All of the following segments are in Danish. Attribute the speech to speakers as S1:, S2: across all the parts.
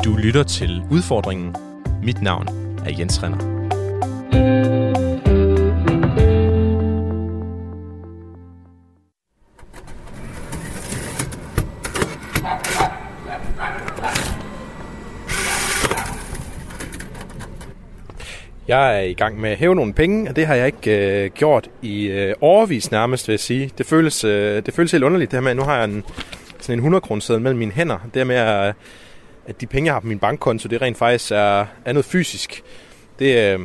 S1: Du lytter til Udfordringen. Mit navn er Jens Renner. Jeg er i gang med at hæve nogle penge, og det har jeg ikke gjort i årevis nærmest, vil jeg sige. Det føles helt underligt, det her med, at nu har jeg sådan en 100-kroneseddel mellem mine hænder. Det her med, at de penge, jeg har på min bankkonto, det rent faktisk er noget fysisk. Det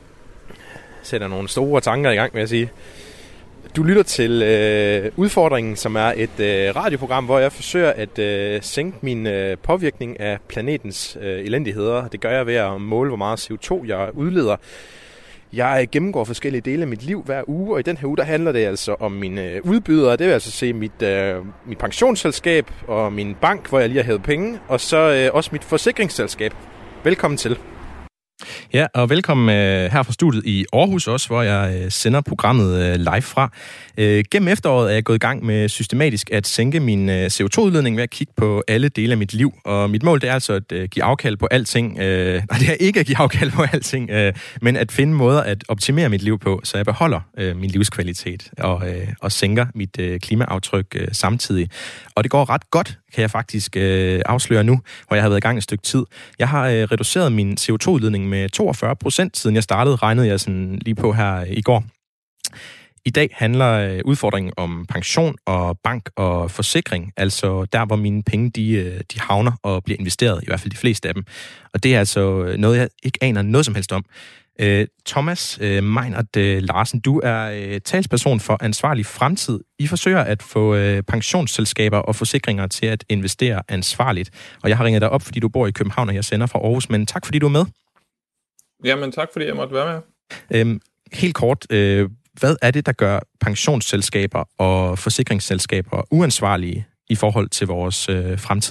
S1: sætter nogle store tanker i gang, vil jeg sige. Du lytter til Udfordringen, som er et radioprogram, hvor jeg forsøger at sænke min påvirkning af planetens elendigheder. Det gør jeg ved at måle, hvor meget CO2 jeg udleder. Jeg gennemgår forskellige dele af mit liv hver uge, og i den her uge, der handler det altså om mine udbydere. Det vil altså se mit pensionsselskab og min bank, hvor jeg lige har hævet penge, og så også mit forsikringsselskab. Velkommen til. Ja, og velkommen her fra studiet i Aarhus også, hvor jeg sender programmet live fra. Gennem efteråret er jeg gået i gang med systematisk at sænke min CO2-udledning ved at kigge på alle dele af mit liv. Og mit mål det er altså at give afkald på alting. Nej, det er ikke at give afkald på alting, men at finde måder at optimere mit liv på, så jeg beholder min livskvalitet og sænker mit klimaaftryk samtidig. Og det går ret godt, kan jeg faktisk afsløre nu, hvor jeg har været i gang et stykke tid. Jeg har reduceret min CO2-udledning med 42%, siden jeg startede, regnede jeg sådan lige på her i går. I dag handler udfordringen om pension og bank og forsikring, altså der, hvor mine penge de havner og bliver investeret, i hvert fald de fleste af dem. Og det er altså noget, jeg ikke aner noget som helst om. Thomas Meinert Larsen, du er talsperson for Ansvarlig Fremtid. I forsøger at få pensionsselskaber og forsikringer til at investere ansvarligt. Og jeg har ringet dig op, fordi du bor i København, og jeg sender fra Aarhus. Men tak, fordi du er med.
S2: Jamen tak, fordi jeg måtte være med.
S1: Helt kort, hvad er det, der gør pensionsselskaber og forsikringsselskaber uansvarlige i forhold til vores fremtid?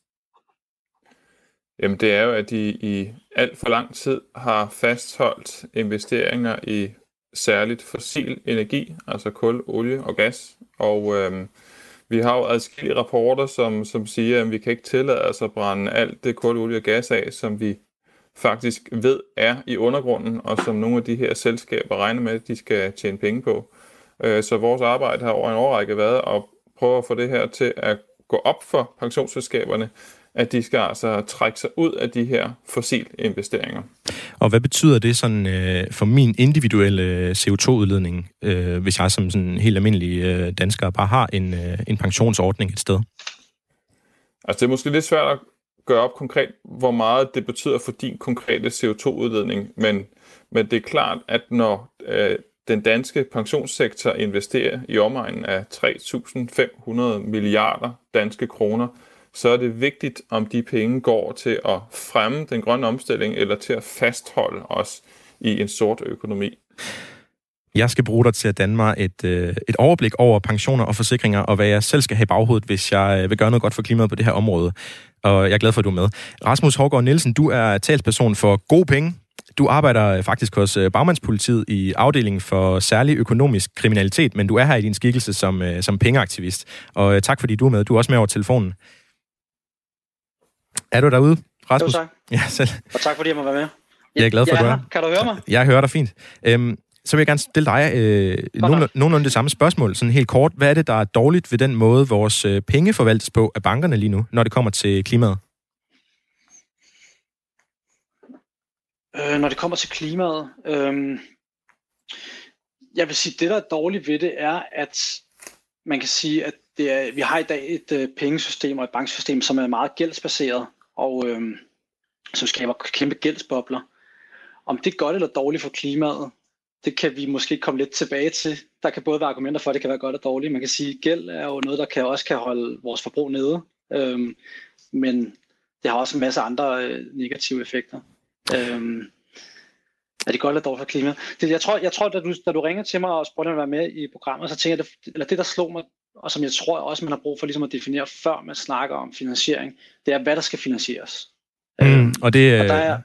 S2: Jamen det er jo, at de i alt for lang tid har fastholdt investeringer i særligt fossil energi, altså kul, olie og gas. Og vi har jo adskillige rapporter, som siger, at vi kan ikke tillade os at brænde alt det kul, olie og gas af, som vi faktisk ved er i undergrunden, og som nogle af de her selskaber regner med, at de skal tjene penge på. Så vores arbejde har over en årrække været at prøve at få det her til at gå op for pensionsselskaberne, at de skal altså trække sig ud af de her fossile investeringer. Og
S1: hvad betyder det sådan for min individuelle CO2-udledning, hvis jeg som sådan helt almindelig dansker bare har en pensionsordning et sted?
S2: Altså det er måske lidt svært at gøre op konkret, hvor meget det betyder for din konkrete CO2-udledning, men det er klart, at når den danske pensionssektor investerer i omegnen af 3.500 milliarder danske kroner, så er det vigtigt, om de penge går til at fremme den grønne omstilling, eller til at fastholde os i en sort økonomi.
S1: Jeg skal bruge dig til at danne mig et overblik over pensioner og forsikringer, og hvad jeg selv skal have i baghovedet, hvis jeg vil gøre noget godt for klimaet på det her område. Og jeg er glad for, at du er med. Rasmus Hårgaard Nielsen, du er talsperson for gode penge. Du arbejder faktisk hos Bagmandspolitiet i afdelingen for særlig økonomisk kriminalitet, men du er her i din skikkelse som pengeaktivist. Og tak fordi du er med. Du er også med over telefonen. Er du derude, Rasmus?
S3: Jo, tak.
S1: Ja, selv.
S3: Og tak fordi jeg må være med.
S1: Jeg er glad for, at du er.
S3: Kan du høre mig?
S1: Jeg hører dig fint. Så vil jeg gerne stille dig nogenlunde det samme spørgsmål, sådan helt kort. Hvad er det, der er dårligt ved den måde, vores penge forvaltes på af bankerne lige nu, når det kommer til klimaet?
S3: Når det kommer til klimaet, jeg vil sige, det der er dårligt ved det er, at man kan sige, at vi har i dag et pengesystem og et banksystem, som er meget gældsbaseret, og som skaber kæmpe gældsbobler. Om det er godt eller dårligt for klimaet, det kan vi måske komme lidt tilbage til. Der kan både være argumenter for, at det kan være godt og dårligt. Man kan sige, at gæld er jo noget, der også kan holde vores forbrug nede, men det har også en masse andre negative effekter. Er det godt eller dårligt for klimaet? Jeg tror, da du ringer til mig og spurgte mig at være med i programmet, så tænker jeg, det der slog mig, og som jeg tror også, man har brug for ligesom at definere, før man snakker om finansiering, det er, hvad der skal finansieres.
S1: Og det...
S3: Og der er,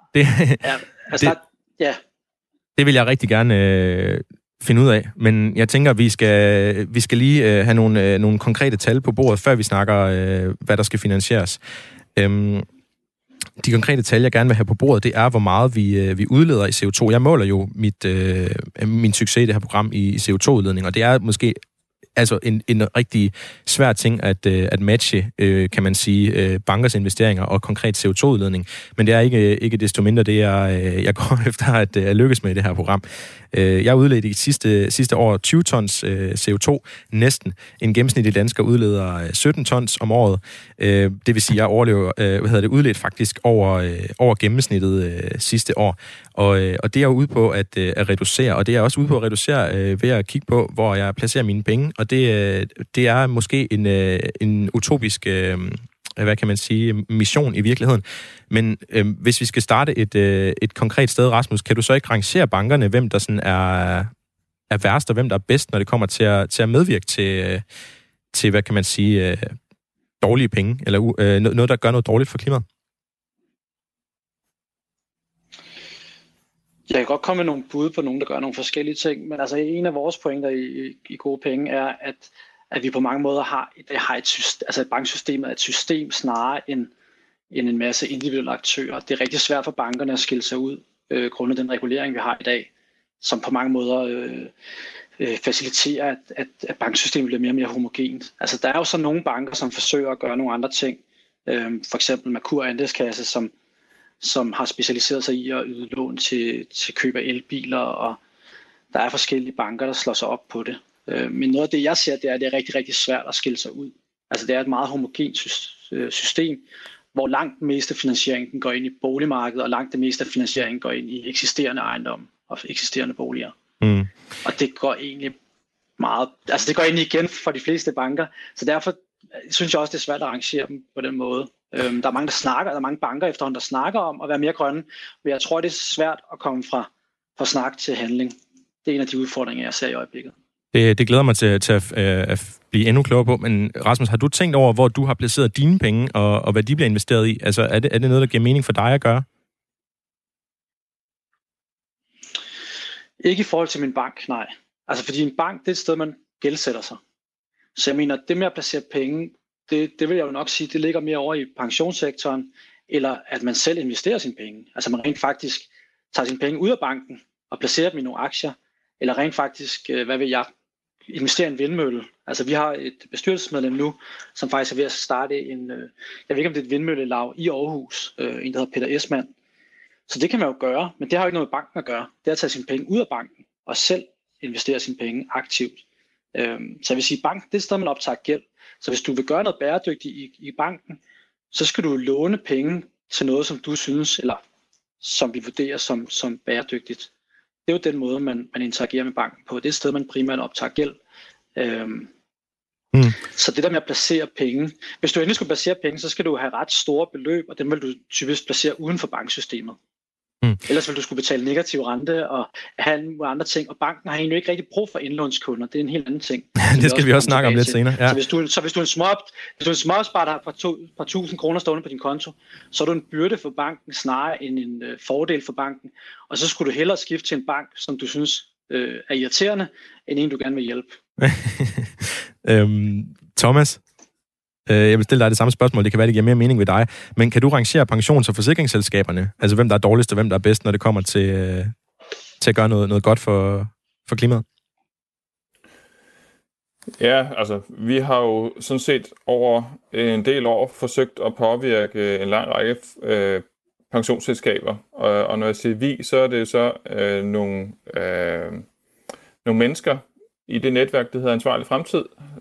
S1: det vil jeg rigtig gerne finde ud af, men jeg tænker, vi skal lige have nogle konkrete tal på bordet, før vi snakker, hvad der skal finansieres. De konkrete tal, jeg gerne vil have på bordet, det er, hvor meget vi udleder i CO2. Jeg måler jo min succes i det her program i CO2-udledning, og det er måske altså en rigtig svær ting at matche, kan man sige, bankers investeringer og konkret CO2-udledning. Men det er ikke desto mindre det, jeg går efter at lykkes med i det her program. Jeg udledte i sidste år 20 tons CO2, næsten. En gennemsnitlig dansker udleder 17 tons om året. Det vil sige, at jeg udledt faktisk over gennemsnittet sidste år. Og det er jo ude på at reducere, og det er også ude på at reducere ved at kigge på, hvor jeg placerer mine penge. Og det er måske en utopisk hvad kan man sige, mission i virkeligheden. Men hvis vi skal starte et konkret sted, Rasmus, kan du så ikke rangere bankerne, hvem der sådan er værst, og hvem der er bedst, når det kommer til at medvirke til hvad kan man sige, dårlige penge, eller noget, der gør noget dårligt for klimaet?
S3: Jeg kan godt komme med nogle bud på nogen, der gør nogle forskellige ting, men altså en af vores pointer i gode penge er, at vi på mange måder har et banksystem er et system snarere end en masse individuelle aktører. Det er rigtig svært for bankerne at skille sig ud, grundet den regulering, vi har i dag, som på mange måder faciliterer, at banksystemet bliver mere og mere homogent. Altså der er jo så nogle banker, som forsøger at gøre nogle andre ting. For eksempel Merkur Andelskasse, som har specialiseret sig i at yde lån til køb af elbiler, og der er forskellige banker, der slår sig op på det. Men noget af det, jeg ser, det er, at det er rigtig, rigtig svært at skille sig ud. Altså det er et meget homogent system, hvor langt det meste af finansieringen går ind i boligmarkedet, og langt det meste af finansieringen går ind i eksisterende ejendomme og eksisterende boliger. Mm. Og det går egentlig meget, altså det går egentlig igen for de fleste banker, så derfor synes jeg også, det er svært at arrangere dem på den måde. Der er mange, der er mange banker efterhånden, der snakker om at være mere grønne, men jeg tror, det er svært at komme fra snak til handling. Det er en af de udfordringer, jeg ser i øjeblikket.
S1: Det glæder mig til at blive endnu klogere på, men Rasmus, har du tænkt over, hvor du har placeret dine penge, og hvad de bliver investeret i? Altså, er det noget, der giver mening for dig at gøre?
S3: Ikke i forhold til min bank, nej. Altså, fordi en bank, det er et sted, man gældsætter sig. Så jeg mener, det med at placere penge, det vil jeg jo nok sige, det ligger mere over i pensionssektoren, eller at man selv investerer sine penge. Altså, man rent faktisk tager sine penge ud af banken og placerer dem i nogle aktier, eller rent faktisk, hvad vil jeg, investere i en vindmølle. Altså vi har et bestyrelsesmedlem nu, som faktisk er ved at starte jeg ved ikke om det er et vindmøllelav i Aarhus, en der hedder Peter Esmann. Så det kan man jo gøre, men det har jo ikke noget med banken at gøre. Det er at tage sine penge ud af banken, og selv investere sine penge aktivt. Så jeg vil sige, banken, det er et sted, man optager gæld. Så hvis du vil gøre noget bæredygtigt i banken, så skal du låne penge til noget, som du synes, eller som vi vurderer som bæredygtigt. Det er jo den måde, man interagerer med banken på. Det er et sted, man primært optager gæld. Så det der med at placere penge. Hvis du endelig skulle placere penge, så skal du have ret store beløb, og dem vil du typisk placere uden for banksystemet. Ellers vil du skulle betale negativ rente og have nogle andre ting. Og banken har egentlig ikke rigtig brug for indlånskunder. Det er en helt anden ting.
S1: Det skal vi også snakke om lidt senere. Ja.
S3: Så hvis du er en småopsparer, der har par 1000 kroner stående på din konto, så er du en byrde for banken snarere end en fordel for banken. Og så skulle du hellere skifte til en bank, som du synes er irriterende, end en, du gerne vil hjælpe.
S1: Thomas, jeg vil stille dig det samme spørgsmål. Det kan være, det giver mere mening ved dig. Men kan du rangere pensions- og forsikringsselskaberne? Altså hvem der er dårligst og hvem der er bedst, når det kommer til at gøre noget godt for klimaet?
S2: Ja, altså vi har jo sådan set over en del år forsøgt at påvirke en lang række pensionsselskaber. Og når jeg siger vi, så er det så nogle mennesker i det netværk, der hedder Ansvarlig Fremtid.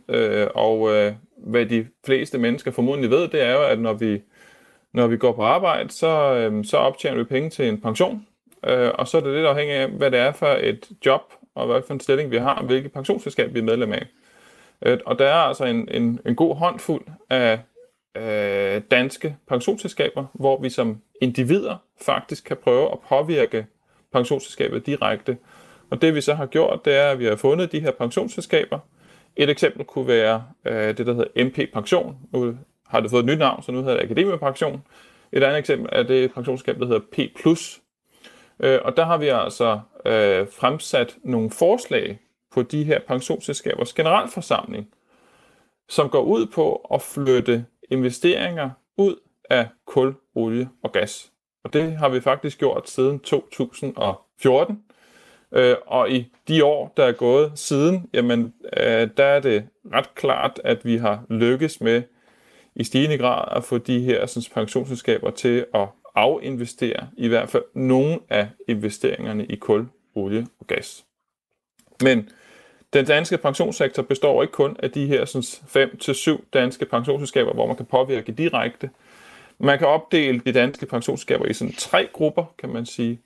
S2: Hvad de fleste mennesker formodentlig ved, det er jo, at når vi går på arbejde, så optjener vi penge til en pension. Og så er det lidt afhængigt af, hvad det er for et job, og hvad for en stilling vi har, hvilket pensionsselskab vi er medlem af. Og der er altså en god håndfuld af danske pensionsselskaber, hvor vi som individer faktisk kan prøve at påvirke pensionsselskabet direkte. Og det vi så har gjort, det er, at vi har fundet de her pensionsselskaber. Et eksempel kunne være det, der hedder MP Pension. Nu har det fået et nyt navn, så nu hedder det Akademisk Pension. Et andet eksempel er det pensionsselskab, der hedder P+. Og der har vi altså fremsat nogle forslag på de her pensionsselskabers generalforsamling, som går ud på at flytte investeringer ud af kul, olie og gas. Og det har vi faktisk gjort siden 2014. Og i de år, der er gået siden, jamen, der er det ret klart, at vi har lykkes med i stigende grad at få de her sådan, pensionsselskaber til at afinvestere i hvert fald nogle af investeringerne i kul, olie og gas. Men den danske pensionssektor består ikke kun af de her 5-7 danske pensionsselskaber, hvor man kan påvirke direkte. Man kan opdele de danske pensionsselskaber i sådan 3 grupper, kan man sige.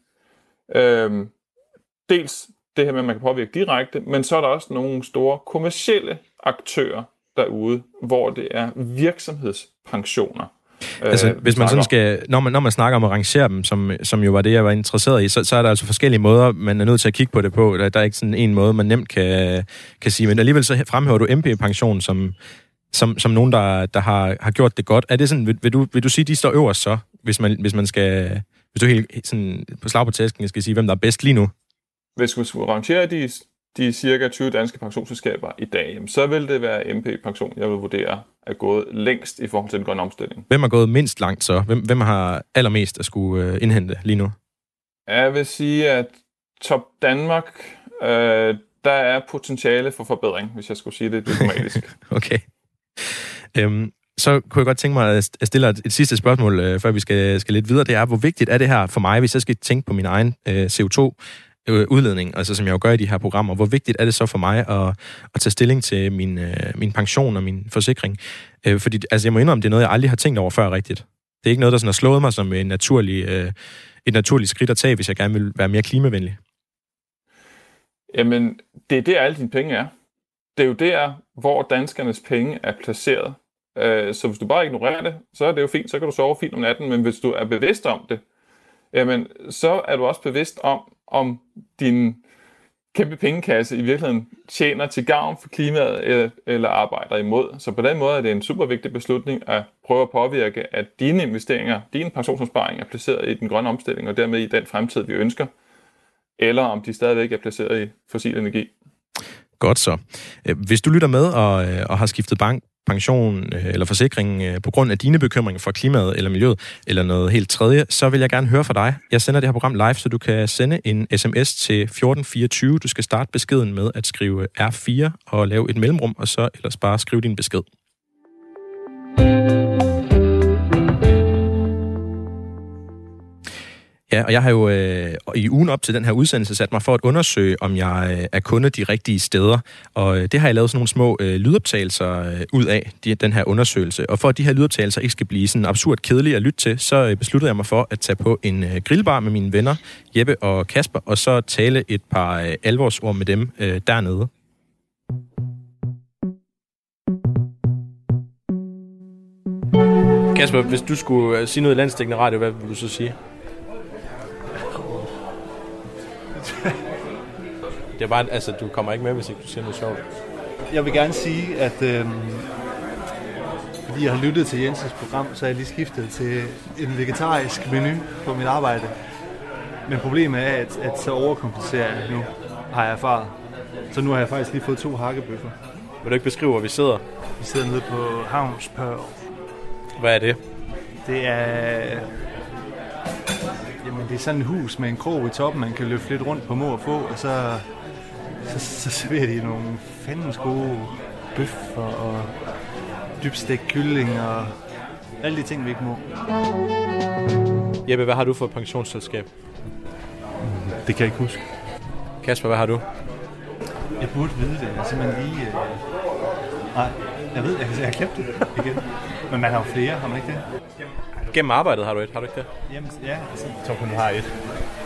S2: Dels det her med, at man kan påvirke direkte, men så er der også nogle store kommercielle aktører derude, hvor det er virksomhedspensioner.
S1: Altså, hvis man sådan skal, når man snakker om at rangere dem, som jo var det, jeg var interesseret i, så er der altså forskellige måder, man er nødt til at kigge på det på. Der er ikke sådan en måde, man nemt kan sige, men alligevel så fremhæver du MP-pension som nogen, der har gjort det godt. Er det sådan, vil du sige, de står øverst så, hvis du helt sådan på slag på tæsken skal sige, hvem der er bedst lige nu?
S2: Hvis vi skulle rangere de cirka 20 danske pensionsselskaber i dag, så vil det være MP-pension, jeg vil vurdere, er gået længst i forhold til den grønne omstilling.
S1: Hvem er gået mindst langt så? Hvem har allermest at skulle indhente lige nu?
S2: Jeg vil sige, at Top Danmark, der er potentiale for forbedring, hvis jeg skulle sige det diplomatisk.
S1: Okay. Så kunne jeg godt tænke mig at stille et sidste spørgsmål, før vi skal lidt videre. Det er, hvor vigtigt er det her for mig, hvis jeg skal tænke på min egen CO2-udledning, altså som jeg jo gør i de her programmer. Hvor vigtigt er det så for mig at tage stilling til min pension og min forsikring? Fordi altså, jeg må indrømme, det er noget, jeg aldrig har tænkt over før rigtigt. Det er ikke noget, der sådan har slået mig som et naturligt skridt at tage, hvis jeg gerne vil være mere klimavenlig.
S2: Jamen, det er der alle dine penge er. Det er jo der, hvor danskernes penge er placeret. Så hvis du bare ignorerer det, så er det jo fint, så kan du sove fint om natten, men hvis du er bevidst om det, jamen, så er du også bevidst om din kæmpe pengekasse i virkeligheden tjener til gavn for klimaet eller arbejder imod. Så på den måde er det en super vigtig beslutning at prøve at påvirke, at dine investeringer, dine pensionsopsparinger er placeret i den grønne omstilling, og dermed i den fremtid, vi ønsker, eller om de stadigvæk er placeret i fossil energi.
S1: Godt så. Hvis du lytter med og har skiftet bank, pension eller forsikring på grund af dine bekymringer for klimaet eller miljøet, eller noget helt tredje, så vil jeg gerne høre fra dig. Jeg sender det her program live, så du kan sende en sms til 1424. Du skal starte beskeden med at skrive R4 og lave et mellemrum, og så ellers bare skrive din besked. Ja, og jeg har jo i ugen op til den her udsendelse sat mig for at undersøge, om jeg er kunde de rigtige steder. Og det har jeg lavet sådan nogle små lydoptagelser ud af, den her undersøgelse. Og for at de her lydoptagelser ikke skal blive sådan absurd kedelige at lytte til, så besluttede jeg mig for at tage på en grillbar med mine venner, Jeppe og Kasper, og så tale et par alvorsord med dem dernede. Kasper, hvis du skulle sige noget i landsdækkende radio, hvad vil du så sige? Det er bare, altså, du kommer ikke med, hvis ikke du siger noget sjovt.
S4: Jeg vil gerne sige, at fordi jeg har lyttet til Jensens program, så er jeg lige skiftet til en vegetarisk menu på mit arbejde. Men problemet er, at så overkompenserer jeg nu, har jeg erfaret. Så nu har jeg faktisk lige fået 2 hakkebøffer.
S1: Vil du ikke beskrive, hvor vi sidder?
S4: Vi sidder nede på Havns Pearl.
S1: Hvad er det?
S4: Det er... Jamen, det er sådan et hus med en krog i toppen, man kan løfte lidt rundt på må og få, og så serverer de nogle fandens gode bøffer og dybstegt kylling og alle de ting, vi ikke må.
S1: Jeppe, hvad har du for et pensionsselskab?
S4: Det kan jeg ikke huske.
S1: Kasper, hvad har du?
S4: Jeg burde vide det. Jeg simpelthen lige... Nej, jeg ved, jeg har glemt det igen. Men man har jo flere, har man ikke det?
S1: Gennem arbejdet har du ikke det?
S4: Jamen, ja, altså, jeg tror kun, du har et.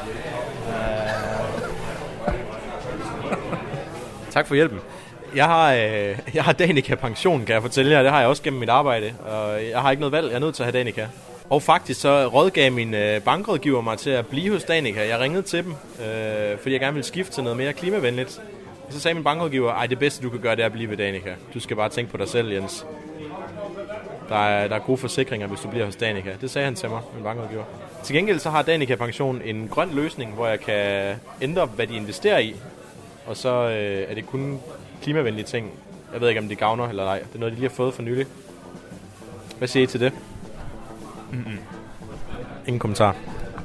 S1: Tak for hjælpen. Jeg har Danica Pension, kan jeg fortælle jer. Det har jeg også gennem mit arbejde, og jeg har ikke noget valg. Jeg er nødt til at have Danica. Og faktisk så rådgav min bankrådgiver mig til at blive hos Danica. Jeg ringede til dem, fordi jeg gerne ville skifte til noget mere klimavenligt. Og så sagde min bankrådgiver, det bedste du kan gøre, det er at blive ved Danica. Du skal bare tænke på dig selv, Jens. Der er gode forsikringer, hvis du bliver hos Danica. Det sagde han til mig, min bankrådgiver. Til gengæld så har Danica Pension en grøn løsning, hvor jeg kan ændre, hvad de investerer i. Og så er det kun klimavenlige ting. Jeg ved ikke, om det gavner eller ej. Det er noget, de lige har fået for nylig. Hvad siger I til det? ingen kommentar.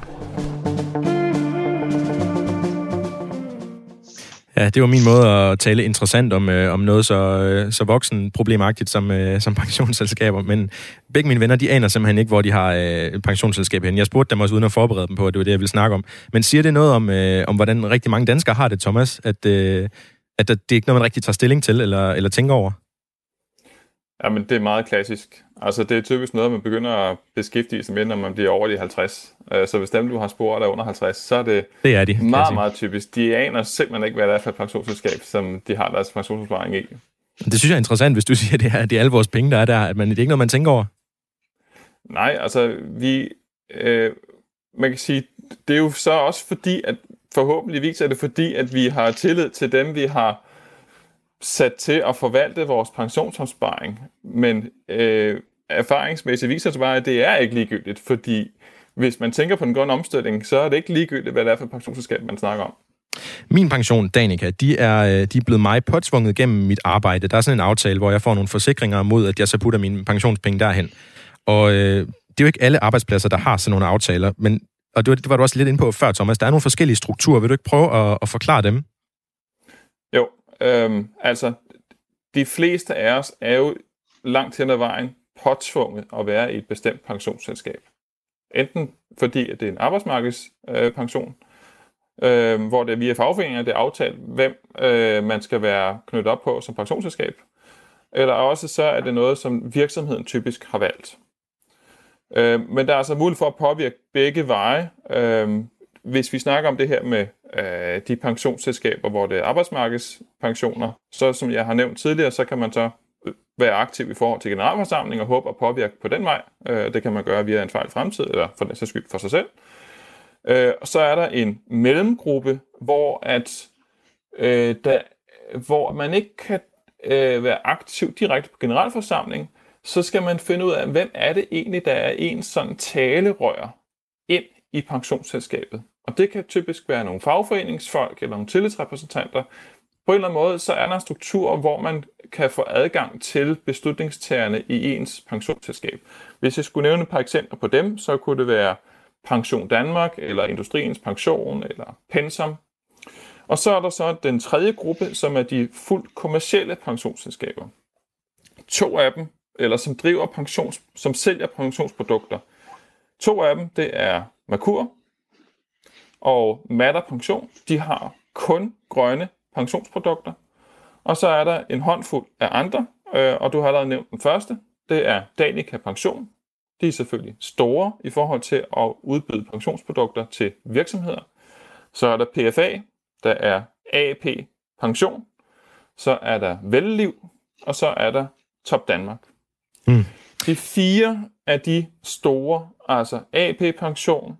S1: Ja, det var min måde at tale interessant om noget så voksenproblemagtigt som pensionsselskaber. Men begge mine venner, de aner simpelthen ikke, hvor de har pensionsselskab hen. Jeg spurgte dem også uden at forberede dem på, at det var det, jeg ville snakke om. Men siger det noget om hvordan rigtig mange danskere har det, Thomas? At det er ikke noget, man rigtig tager stilling til eller tænker over?
S2: Jamen, det er meget klassisk. Altså, det er typisk noget, man begynder at beskæftige sig med, når man bliver over de 50. Så hvis dem, du har spurgt, er under 50, så er det er de, meget, meget typisk. De aner simpelthen ikke, hvad det er for et pensionsselskab, som de har deres pensionsopsparing i.
S1: Det synes jeg er interessant, hvis du siger, at det er alle vores penge, der er der. At det er ikke noget, man tænker over.
S2: Nej, altså, man kan sige, det er jo så også fordi, at forhåbentligvis er det fordi, at vi har tillid til dem, vi har sat til at forvalte vores pensionsopsparing, men erfaringsmæssigt viser det bare, at det er ikke ligegyldigt, fordi hvis man tænker på den grønne omstilling, så er det ikke ligegyldigt, hvad det er for pensionsselskab, man snakker om.
S1: Min pension, Danica, de er blevet mig påtvunget gennem mit arbejde. Der er sådan en aftale, hvor jeg får nogle forsikringer mod, at jeg så putter mine pensionspenge derhen. Og det er jo ikke alle arbejdspladser, der har sådan nogle aftaler, og det var du også lidt inde på før, Thomas. Der er nogle forskellige strukturer. Vil du ikke prøve at forklare dem?
S2: Jo, altså, de fleste af os er jo langt hen ad vejen påtvunget at være i et bestemt pensionsselskab. Enten fordi, at det er en arbejdsmarkedspension, hvor det via fagforeninger, det er aftalt, hvem man skal være knyttet op på som pensionsselskab, eller også så er det noget, som virksomheden typisk har valgt. Men der er altså mulighed for at påvirke begge veje. Hvis vi snakker om det her med de pensionsselskaber, hvor det er arbejdsmarkedspensioner, så som jeg har nævnt tidligere, så kan man så være aktiv i forhold til generalforsamling og håbe at påvirke på den vej. Det kan man gøre via en fejl fremtid, eller for den sags skyld for sig selv. Så er der en mellemgruppe, hvor man ikke kan være aktiv direkte på generalforsamling, så skal man finde ud af, hvem er det egentlig, der er en sådan talerør ind i pensionsselskabet. Og det kan typisk være nogle fagforeningsfolk eller nogle tillidsrepræsentanter. På en eller anden måde, så er der en struktur, hvor man kan få adgang til beslutningstagerne i ens pensionsselskab. Hvis jeg skulle nævne et par eksempler på dem, så kunne det være Pension Danmark, eller Industriens Pension, eller Pensum. Og så er der så den tredje gruppe, som er de fuldt kommercielle pensionsselskaber. 2 af dem, eller som sælger pensionsprodukter. 2 af dem, det er Merkur og Matter Pension. De har kun grønne pensionsprodukter. Og så er der en håndfuld af andre, og du har allerede nævnt den første. Det er Danica Pension. De er selvfølgelig store i forhold til at udbyde pensionsprodukter til virksomheder. Så er der PFA, der er AP Pension. Så er der Velleliv, og så er der Top Danmark. De 4 af de store, altså AP Pension,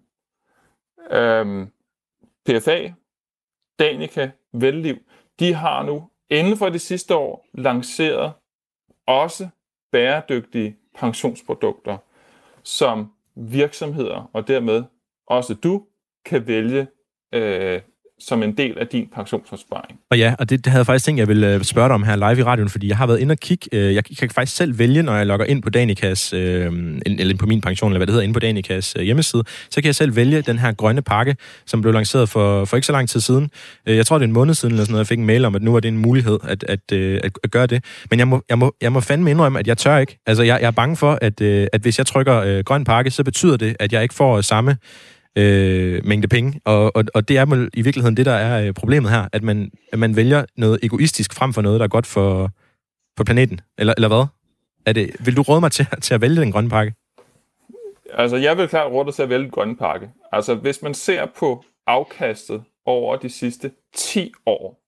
S2: PFA, Danica, Velleliv, de har nu inden for det sidste år lanceret også bæredygtige pensionsprodukter, som virksomheder og dermed også du kan vælge som en del af din pensionsopsparing.
S1: Og ja, og det havde jeg faktisk tænkt, jeg ville spørge dig om her live i radioen, fordi jeg har været inde og kigge. Jeg kan faktisk selv vælge, når jeg logger ind på Danicas, eller på min pension, eller hvad det hedder, inde på Danicas hjemmeside, så kan jeg selv vælge den her grønne pakke, som blev lanceret for ikke så lang tid siden. Jeg tror, det er en måned siden, eller sådan noget, jeg fik en mail om, at nu er det en mulighed at gøre det. Men jeg må fandme indrømme, at jeg tør ikke. Altså, jeg er bange for, at hvis jeg trykker grøn pakke, så betyder det, at jeg ikke får samme mængde penge, og det er i virkeligheden det, der er problemet her, at man vælger noget egoistisk frem for noget, der er godt for planeten, eller hvad? Vil du råde mig til at vælge den grønne pakke?
S2: Altså, jeg vil klart råde dig til at vælge den grønne pakke. Altså, hvis man ser på afkastet over de sidste 10 år,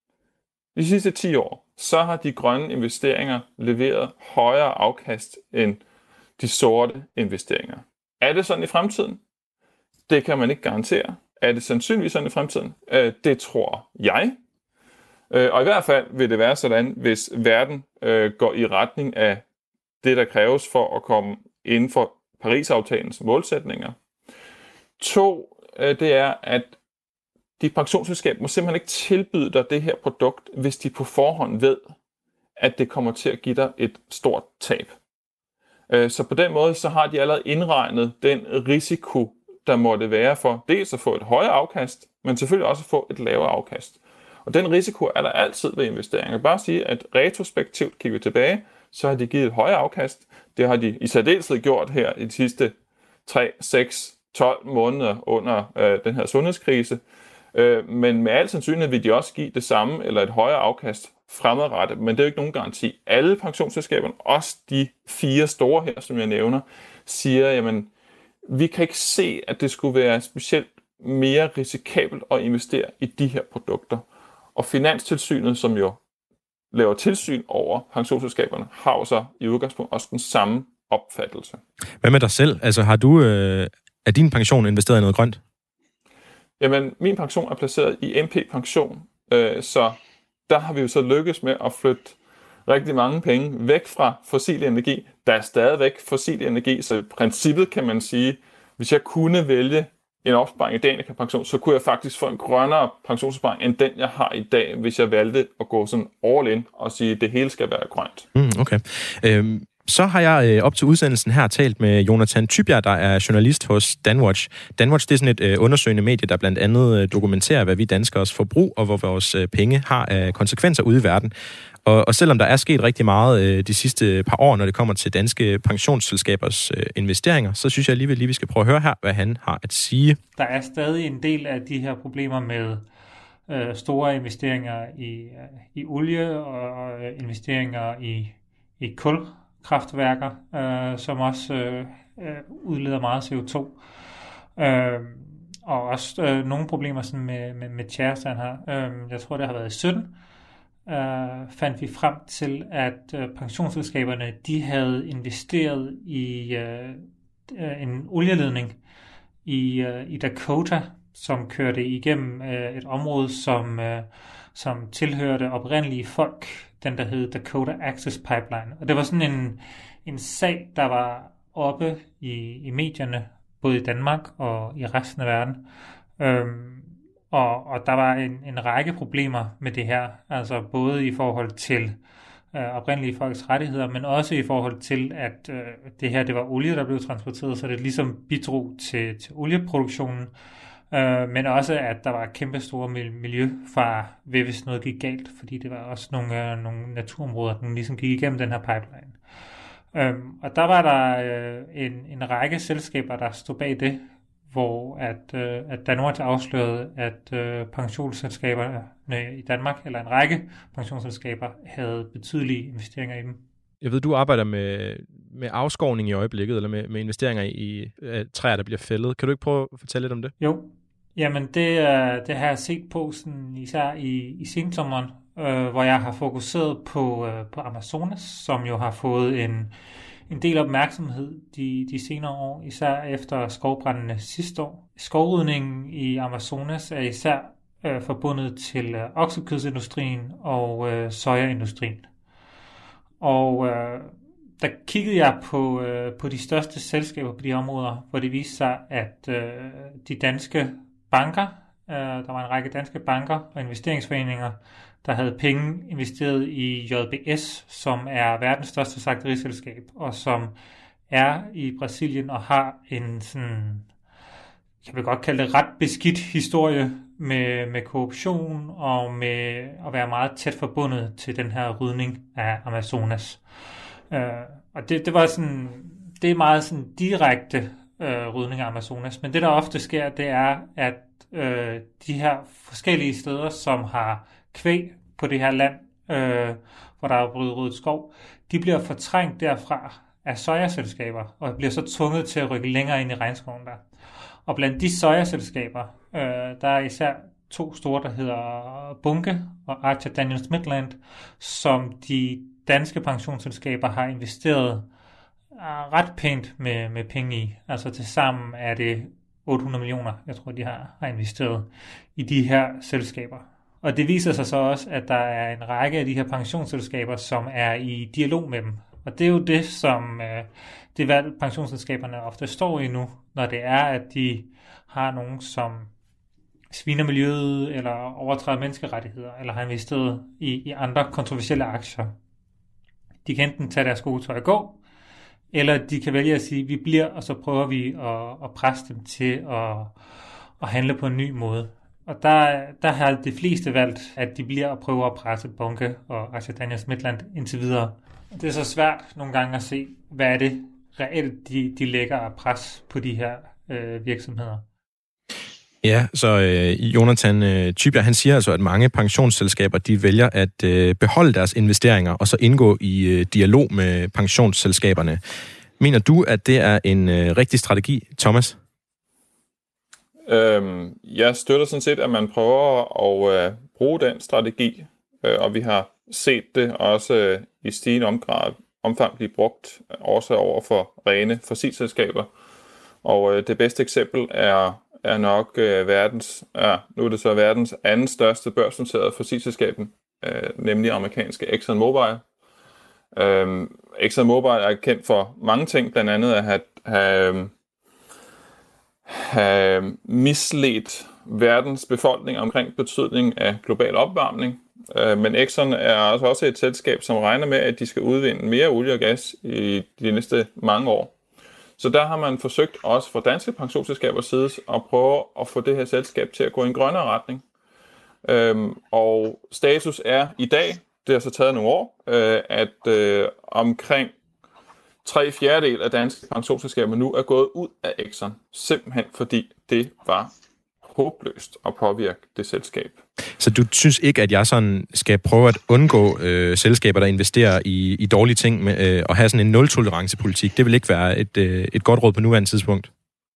S2: så har de grønne investeringer leveret højere afkast end de sorte investeringer. Er det sådan i fremtiden? Det kan man ikke garantere. Er det sandsynligvis sådan i fremtiden? Det tror jeg. Og i hvert fald vil det være sådan, hvis verden går i retning af det, der kræves for at komme inden for Paris-aftalens målsætninger. 2, det er, at de pensionsselskaber må simpelthen ikke tilbyde dig det her produkt, hvis de på forhånd ved, at det kommer til at give dig et stort tab. Så på den måde, så har de allerede indregnet den risiko, der måtte være for dels at få et højere afkast, men selvfølgelig også at få et lavere afkast. Og den risiko er der altid ved investeringer. Bare sige, at retrospektivt kigger vi tilbage, så har de givet et højere afkast. Det har de i særdeleshed gjort her i de sidste 3, 6, 12 måneder under den her sundhedskrise. Men med al sandsynlighed vil de også give det samme eller et højere afkast fremadrettet. Men det er jo ikke nogen garanti. Alle pensionsselskaberne, også de 4 store her, som jeg nævner, siger, jamen, vi kan ikke se, at det skulle være specielt mere risikabelt at investere i de her produkter. Og Finanstilsynet, som jo laver tilsyn over pensionsselskaberne, har jo så i udgangspunkt også den samme opfattelse. Hvad
S1: med dig selv? Altså har du, er din pension investeret i noget grønt?
S2: Jamen, min pension er placeret i MP Pension, så der har vi jo så lykkes med at flytte rigtig mange penge væk fra fossil energi. Der er stadigvæk fossil energi, så i princippet kan man sige, hvis jeg kunne vælge en opsparing i Danica Pension, så kunne jeg faktisk få en grønnere pensionsopsparing end den, jeg har i dag, hvis jeg valgte at gå sådan all in og sige, at det hele skal være grønt.
S1: Okay. Så har jeg op til udsendelsen her talt med Jonathan Tybjerg, der er journalist hos Danwatch. Danwatch, det er sådan et undersøgende medie, der blandt andet dokumenterer, hvad vi danskers forbrug og hvor vores penge har af konsekvenser ude i verden. Og selvom der er sket rigtig meget de sidste par år, når det kommer til danske pensionsselskabers investeringer, så synes jeg alligevel lige, vi skal prøve at høre her, hvad han har at sige.
S5: Der er stadig en del af de her problemer med store investeringer i olie og investeringer i kulkraftværker, som også udleder meget CO2. Og også nogle problemer sådan med tjærestand her. Jeg tror, det har været i 17. Fandt vi frem til, at pensionsselskaberne de havde investeret i en olieledning i Dakota, som kørte igennem et område, som tilhørte oprindelige folk, den der hed Dakota Access Pipeline. Og det var sådan en sag, der var oppe i medierne, både i Danmark og i resten af verden. Og der var en række problemer med det her, altså både i forhold til oprindelige folks rettigheder, men også i forhold til, at det her det var olie, der blev transporteret, så det ligesom bidrog til olieproduktionen, men også, at der var kæmpe store miljøfare ved, hvis noget gik galt, fordi det var også nogle naturområder, der ligesom gik igennem den her pipeline. Og der var der en række selskaber, der stod bag det, hvor at Danwatch afslørede, at pensionsselskaberne i Danmark, eller en række pensionsselskaber, havde betydelige investeringer i dem.
S1: Jeg ved, du arbejder med afskovning i øjeblikket, eller med investeringer i træer, der bliver fældet. Kan du ikke prøve at fortælle lidt om det?
S5: Jo, jamen det har jeg set på sådan, især i sensommeren, hvor jeg har fokuseret på Amazonas, som jo har fået en del opmærksomhed de senere år, især efter skovbrændene sidste år. Skovrydningen i Amazonas er især forbundet til oksekødsindustrien og sojaindustrien. Og der kiggede jeg på de største selskaber på de områder, hvor det viste sig, at de danske banker, der var en række danske banker og investeringsforeninger, der havde penge investeret i JBS, som er verdens største slagteriselskab, og som er i Brasilien og har en sådan, jeg vil godt kalde det ret beskidt historie med korruption og med at være meget tæt forbundet til den her rydning af Amazonas. Og det var sådan, det er meget sådan direkte rydning af Amazonas, men det der ofte sker, det er, at de her forskellige steder, som har kvæg på det her land, hvor der er blevet ryddet skov, de bliver fortrængt derfra af sojaselskaber, og bliver så tvunget til at rykke længere ind i regnskoven der. Og blandt de sojaselskaber, der er især 2 store, der hedder Bunge og Archer Daniels Midland, som de danske pensionsselskaber har investeret ret pænt med penge i. Altså til sammen er det 800 millioner, jeg tror, de har investeret i de her selskaber. Og det viser sig så også, at der er en række af de her pensionsselskaber, som er i dialog med dem. Og det er jo det, som det valg pensionsselskaberne ofte står i nu, når det er, at de har nogen, som sviner miljøet, eller overtræder menneskerettigheder, eller har investeret i andre kontroversielle aktier. De kan enten tage deres gode tøj og gå, Eller de kan vælge at sige, at vi bliver, og så prøver vi at presse dem til at handle på en ny måde. Og der har de fleste valgt, at de bliver og prøver at presse Bunke og Aktier Daniels Midland indtil videre. Det er så svært nogle gange at se, hvad er det reelt, de lægger af pres på de her virksomheder.
S1: Ja, så Jonathan Tybjerg, han siger altså, at mange pensionsselskaber, de vælger at beholde deres investeringer og så indgå i dialog med pensionsselskaberne. Mener du, at det er en rigtig strategi, Thomas?
S2: Jeg støtter sådan set, at man prøver at bruge den strategi, og vi har set det også i stigende omfang blive brugt også over for rene fossilselskaber. Og det bedste eksempel er nok nu er det så verdens anden største børsnoterede fossilselskab, nemlig amerikanske ExxonMobil. ExxonMobil er kendt for mange ting, blandt andet at have misledt verdens befolkning omkring betydningen af global opvarmning. Men Exxon er altså også et selskab, som regner med, at de skal udvinde mere olie og gas i de næste mange år. Så der har man forsøgt også fra danske pensionsselskabers side at prøve at få det her selskab til at gå i en grønnere retning. Og status er i dag, det har så taget nogle år, at omkring 3/4 af danske pensionsselskaber nu er gået ud af Exxon, simpelthen fordi det var håbløst at påvirke det selskab.
S1: Så du synes ikke, at jeg sådan skal prøve at undgå selskaber, der investerer i dårlige ting med at have sådan en nul-tolerance-politik? Det vil ikke være et godt råd på nuværende tidspunkt?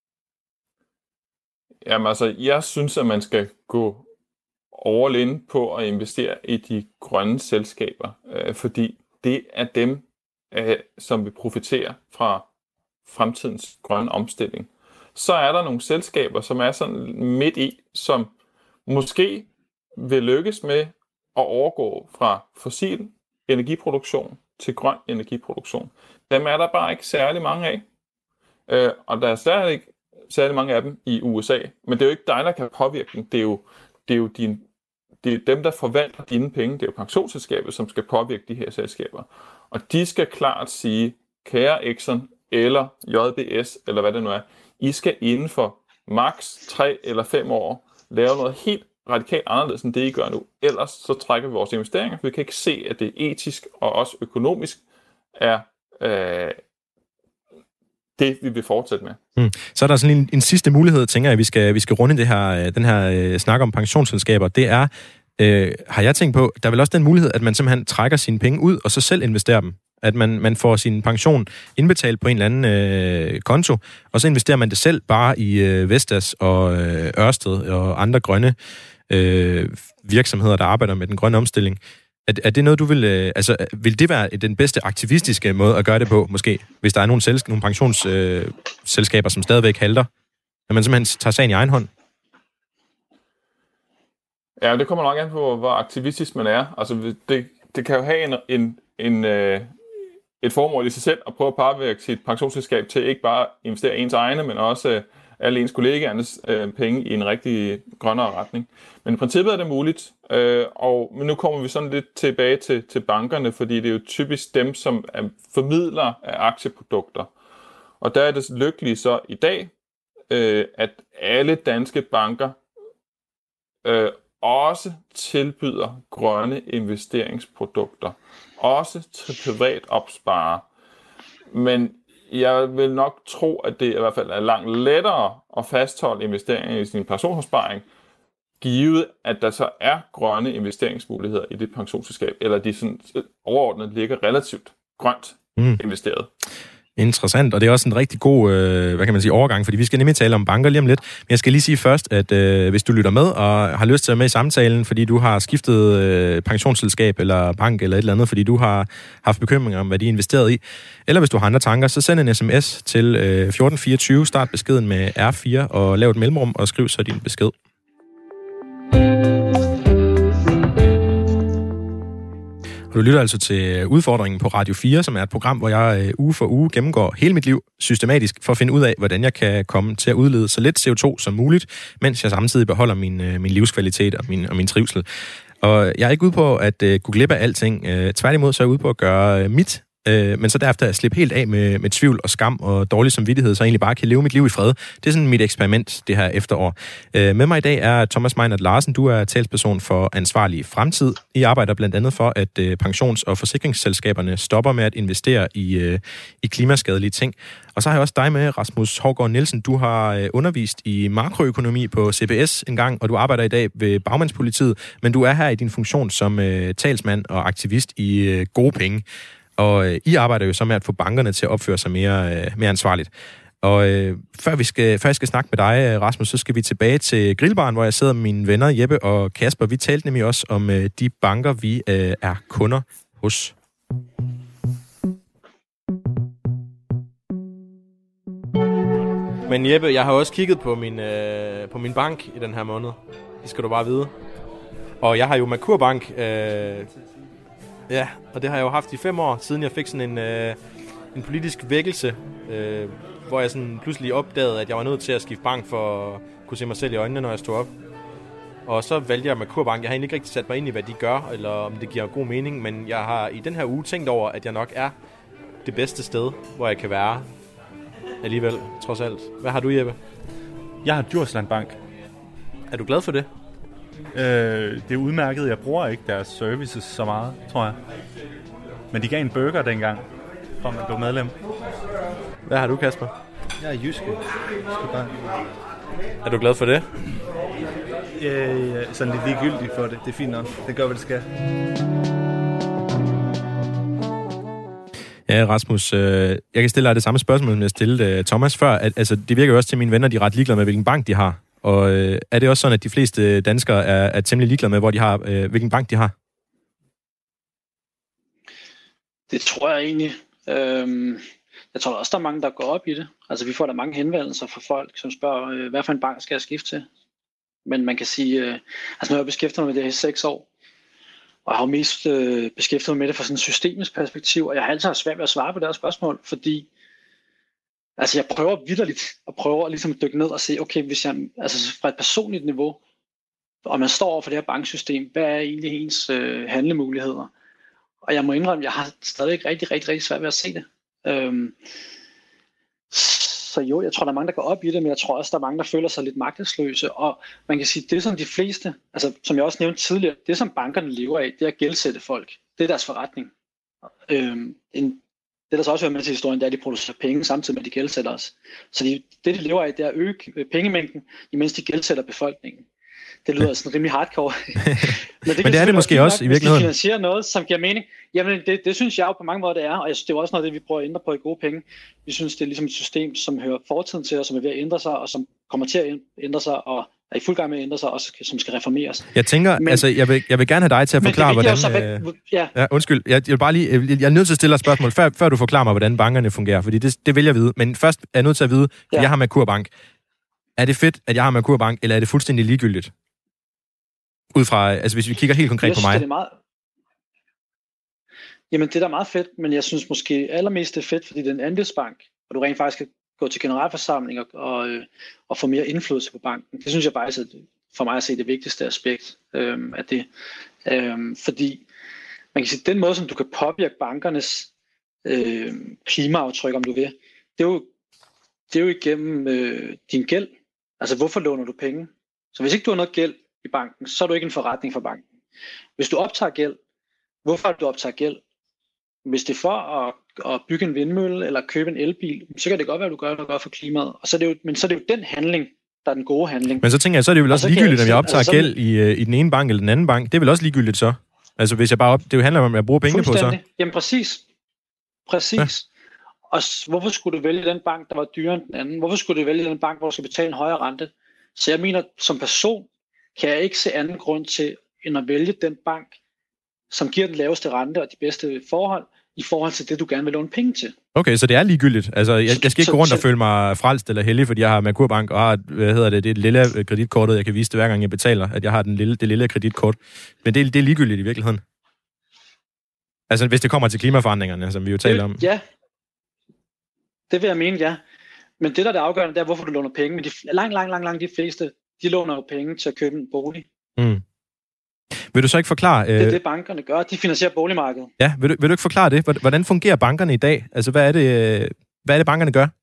S2: Jamen altså, jeg synes, at man skal gå all in på at investere i de grønne selskaber, fordi det er dem, som vil profitere fra fremtidens grønne omstilling. Så er der nogle selskaber, som er sådan midt i, som måske vil lykkes med at overgå fra fossil energiproduktion til grøn energiproduktion. Dem er der bare ikke særlig mange af. Og der er særlig ikke særlig mange af dem i USA. Men det er jo ikke dig, der kan påvirke dem. Det er dem, der forvalter dine penge. Det er jo pensionsselskabet, som skal påvirke de her selskaber. Og de skal klart sige, kære Exxon eller JBS, eller hvad det nu er, I skal inden for maks 3 eller 5 år lave noget helt radikalt anderledes end det, I gør nu. Ellers så trækker vi vores investeringer, for vi kan ikke se, at det etisk og også økonomisk er det, vi vil fortsætte med.
S1: Så er der sådan en sidste mulighed, tænker jeg, vi skal runde den her snak om pensionsselskaber. Det er, har jeg tænkt på, der er vel også den mulighed, at man simpelthen trækker sine penge ud, og så selv investerer dem. At man får sin pension indbetalt på en eller anden konto, og så investerer man det selv bare i Vestas og Ørsted og andre grønne virksomheder, der arbejder med den grønne omstilling. Er det noget, du vil... vil det være den bedste aktivistiske måde at gøre det på, måske? Hvis der er nogle pensionsselskaber, som stadigvæk halter, at man simpelthen tager sagen i egen hånd?
S2: Ja, det kommer nok an på, hvor aktivistisk man er. Altså, det kan jo have et formål i sig selv at prøve at påvirke sit pensionsselskab til ikke bare investere ens egne, men også alle ens kollegaernes penge i en rigtig grønnere retning. Men i princippet er det muligt, men nu kommer vi sådan lidt tilbage til bankerne, fordi det er jo typisk dem, som er formidler af aktieprodukter. Og der er det lykkelige så i dag, at alle danske banker også tilbyder grønne investeringsprodukter. Også til privat opsparer. Men jeg vil nok tro, at det i hvert fald er langt lettere at fastholde investeringer i sin pensionsopsparing, givet at der så er grønne investeringsmuligheder i det pensionsselskab, eller de sådan overordnet ligger relativt grønt investeret.
S1: Interessant, og det er også en rigtig god overgang, fordi vi skal nemlig tale om banker lige om lidt. Men jeg skal lige sige først, at hvis du lytter med og har lyst til at være med i samtalen, fordi du har skiftet pensionsselskab eller bank eller et eller andet, fordi du har haft bekymringer om, hvad de er investeret i, eller hvis du har andre tanker, så send en sms til 1424, start beskeden med R4 og lav et mellemrum og skriv så din besked. Du lytter altså til Udfordringen på Radio 4, som er et program, hvor jeg uge for uge gennemgår hele mit liv systematisk for at finde ud af, hvordan jeg kan komme til at udlede så lidt CO2 som muligt, mens jeg samtidig beholder min livskvalitet og min trivsel. Og jeg er ikke ude på at gå glip af alting. Tværtimod så er jeg ude på at gøre mit men så derefter at slippe helt af med tvivl og skam og dårlig samvittighed, så jeg egentlig bare kan leve mit liv i fred. Det er sådan mit eksperiment, det her efterår. Med mig i dag er Thomas Meinert Larsen. Du er talsperson for Ansvarlig Fremtid. I arbejder blandt andet for, at pensions- og forsikringsselskaberne stopper med at investere i klimaskadelige ting. Og så har jeg også dig med, Rasmus Hougaard Nielsen. Du har undervist i makroøkonomi på CBS en gang, og du arbejder i dag ved Bagmandspolitiet, men du er her i din funktion som talsmand og aktivist i Gode Penge. Og I arbejder jo så med at få bankerne til at opføre sig mere ansvarligt. Og før jeg skal snakke med dig, Rasmus, så skal vi tilbage til grillbaren, hvor jeg sidder med mine venner Jeppe og Kasper. Vi talte nemlig også om de banker, vi er kunder hos. Men Jeppe, jeg har også kigget på min bank i den her måned. Det skal du bare vide. Og jeg har jo Merkur Bank. Ja, og det har jeg jo haft i 5 år, siden jeg fik sådan en politisk vækkelse, hvor jeg sådan pludselig opdagede, at jeg var nødt til at skifte bank for at kunne se mig selv i øjnene, når jeg stod op. Og så valgte jeg Merkur Bank. Jeg har egentlig ikke rigtig sat mig ind i, hvad de gør, eller om det giver god mening, men jeg har i den her uge tænkt over, at jeg nok er det bedste sted, hvor jeg kan være alligevel, trods alt. Hvad har du, Jeppe?
S4: Jeg har Djursland Bank.
S1: Er du glad for det?
S4: Det er udmærket. Jeg bruger ikke deres services så meget, tror jeg. Men de gav en burger dengang, for man blev medlem.
S1: Hvad har du, Kasper?
S6: Jeg er Jyske.
S1: Er du glad for det?
S6: Sådan lidt ligegyldigt for det. Det er fint nok. Det gør, hvad det skal.
S1: Ja, Rasmus, jeg kan stille dig det samme spørgsmål, som jeg stillede Thomas før. Altså, det virker jo også til mine venner, de er ret ligeglade med, hvilken bank de har. Og er det også sådan, at de fleste danskere er temmelig ligeglade med, hvor de har, hvilken bank de har?
S3: Det tror jeg egentlig. Jeg tror også, der er mange, der går op i det. Altså, vi får da mange henvendelser fra folk, som spørger, hvad for en bank skal jeg skifte til? Men man kan sige, altså nu har jeg beskæftiget mig med det her i 6 år, og jeg har jo mest beskæftiget mig med det fra sådan et systemisk perspektiv, og jeg har altid haft svært ved at svare på det her spørgsmål, fordi altså jeg prøver vitterligt at ligesom at dykke ned og se, okay, hvis jeg, altså fra et personligt niveau, og man står over for det her banksystem, hvad er egentlig ens handlemuligheder? Og jeg må indrømme, at jeg har stadig rigtig svært ved at se det. Så jo, jeg tror, der er mange, der går op i det, men jeg tror også, der er mange, der føler sig lidt magtesløse. Og man kan sige, det som de fleste, altså som jeg også nævnte tidligere, det som bankerne lever af, det er at gældsætte folk. Det er deres forretning. Det der så også hører med til historien, det er, at de producerer penge samtidig med, at de gældsætter os. Så det de lever af, det er at øge pengemængden, imens de gældsætter befolkningen. Det lyder sådan rimelig hardcore.
S1: Men det er det måske også i virkeligheden.
S3: Hvis de finansierer noget, som giver mening. Jamen det synes jeg jo på mange måder, det er. Og jeg synes, det er også noget af det, vi prøver at ændre på i Gode Penge. Vi synes, det er ligesom et system, som hører fortiden til, og som er ved at ændre sig, og som kommer til at ændre sig, og er i fuld gang med at ændre sig, og som skal reformeres.
S1: Jeg tænker, altså jeg vil gerne have dig til at forklare, hvordan... Ja, undskyld. Jeg er nødt til at stille dig et spørgsmål, før du forklarer mig, hvordan bankerne fungerer, fordi det vil jeg vide. Men først er jeg nødt til at vide, at jeg har Merkur Bank. Er det fedt, at jeg har Merkur Bank, eller er det fuldstændig ligegyldigt? Ud fra, altså hvis vi kigger helt konkret på mig.
S3: Jamen det er da meget fedt, men jeg synes måske allermest det er fedt, fordi det er en andelsbank, og du rent faktisk kan gå til generalforsamling og få mere indflydelse på banken. Det synes jeg faktisk er for mig at se det vigtigste aspekt af det. Fordi man kan sige, den måde, som du kan påvirke bankernes klimaaftryk, om du vil, det er jo igennem din gæld. Altså hvorfor låner du penge? Så hvis ikke du har noget gæld i banken, så er du ikke en forretning for banken. Hvis du optager gæld, hvorfor du optager gæld? Hvis det er for at bygge en vindmølle eller købe en elbil, så kan det godt være, at du gør noget for klimaet. Og så er det jo den handling, der er den gode handling.
S1: Men så tænker jeg, så er det vel også ligegyldigt, om jeg optager gæld i den ene bank eller den anden bank. Det er vel også ligegyldigt så? Altså hvis jeg bare det handler om, at jeg bruger pengene på så?
S3: Jamen præcis. Ja. Og hvorfor skulle du vælge den bank, der var dyrere end den anden? Hvorfor skulle du vælge den bank, hvor du skal betale en højere rente? Så jeg mener, som person kan jeg ikke se anden grund til, end at vælge den bank, som giver den laveste rente og de bedste forhold, i forhold til det, du gerne vil låne penge til.
S1: Okay, så det er ligegyldigt. Altså, jeg skal ikke gå rundt og føle mig frelst eller heldig, fordi jeg har Merkur Bank og har, det er et lille kreditkortet, jeg kan vise det hver gang jeg betaler, at jeg har det lille kreditkort. Men det er ligegyldigt i virkeligheden. Altså, hvis det kommer til klimaforandringerne, som vi jo taler om.
S3: Ja, det vil jeg mene, ja. Men det, der er det afgørende, det er, hvorfor du låner penge. Men langt de fleste, de låner jo penge til at købe en bolig.
S1: Mm. Vil du så ikke forklare...
S3: Det er det, bankerne gør. De finansierer boligmarkedet.
S1: Ja, vil du ikke forklare det? Hvordan fungerer bankerne i dag? Altså, hvad er det bankerne gør?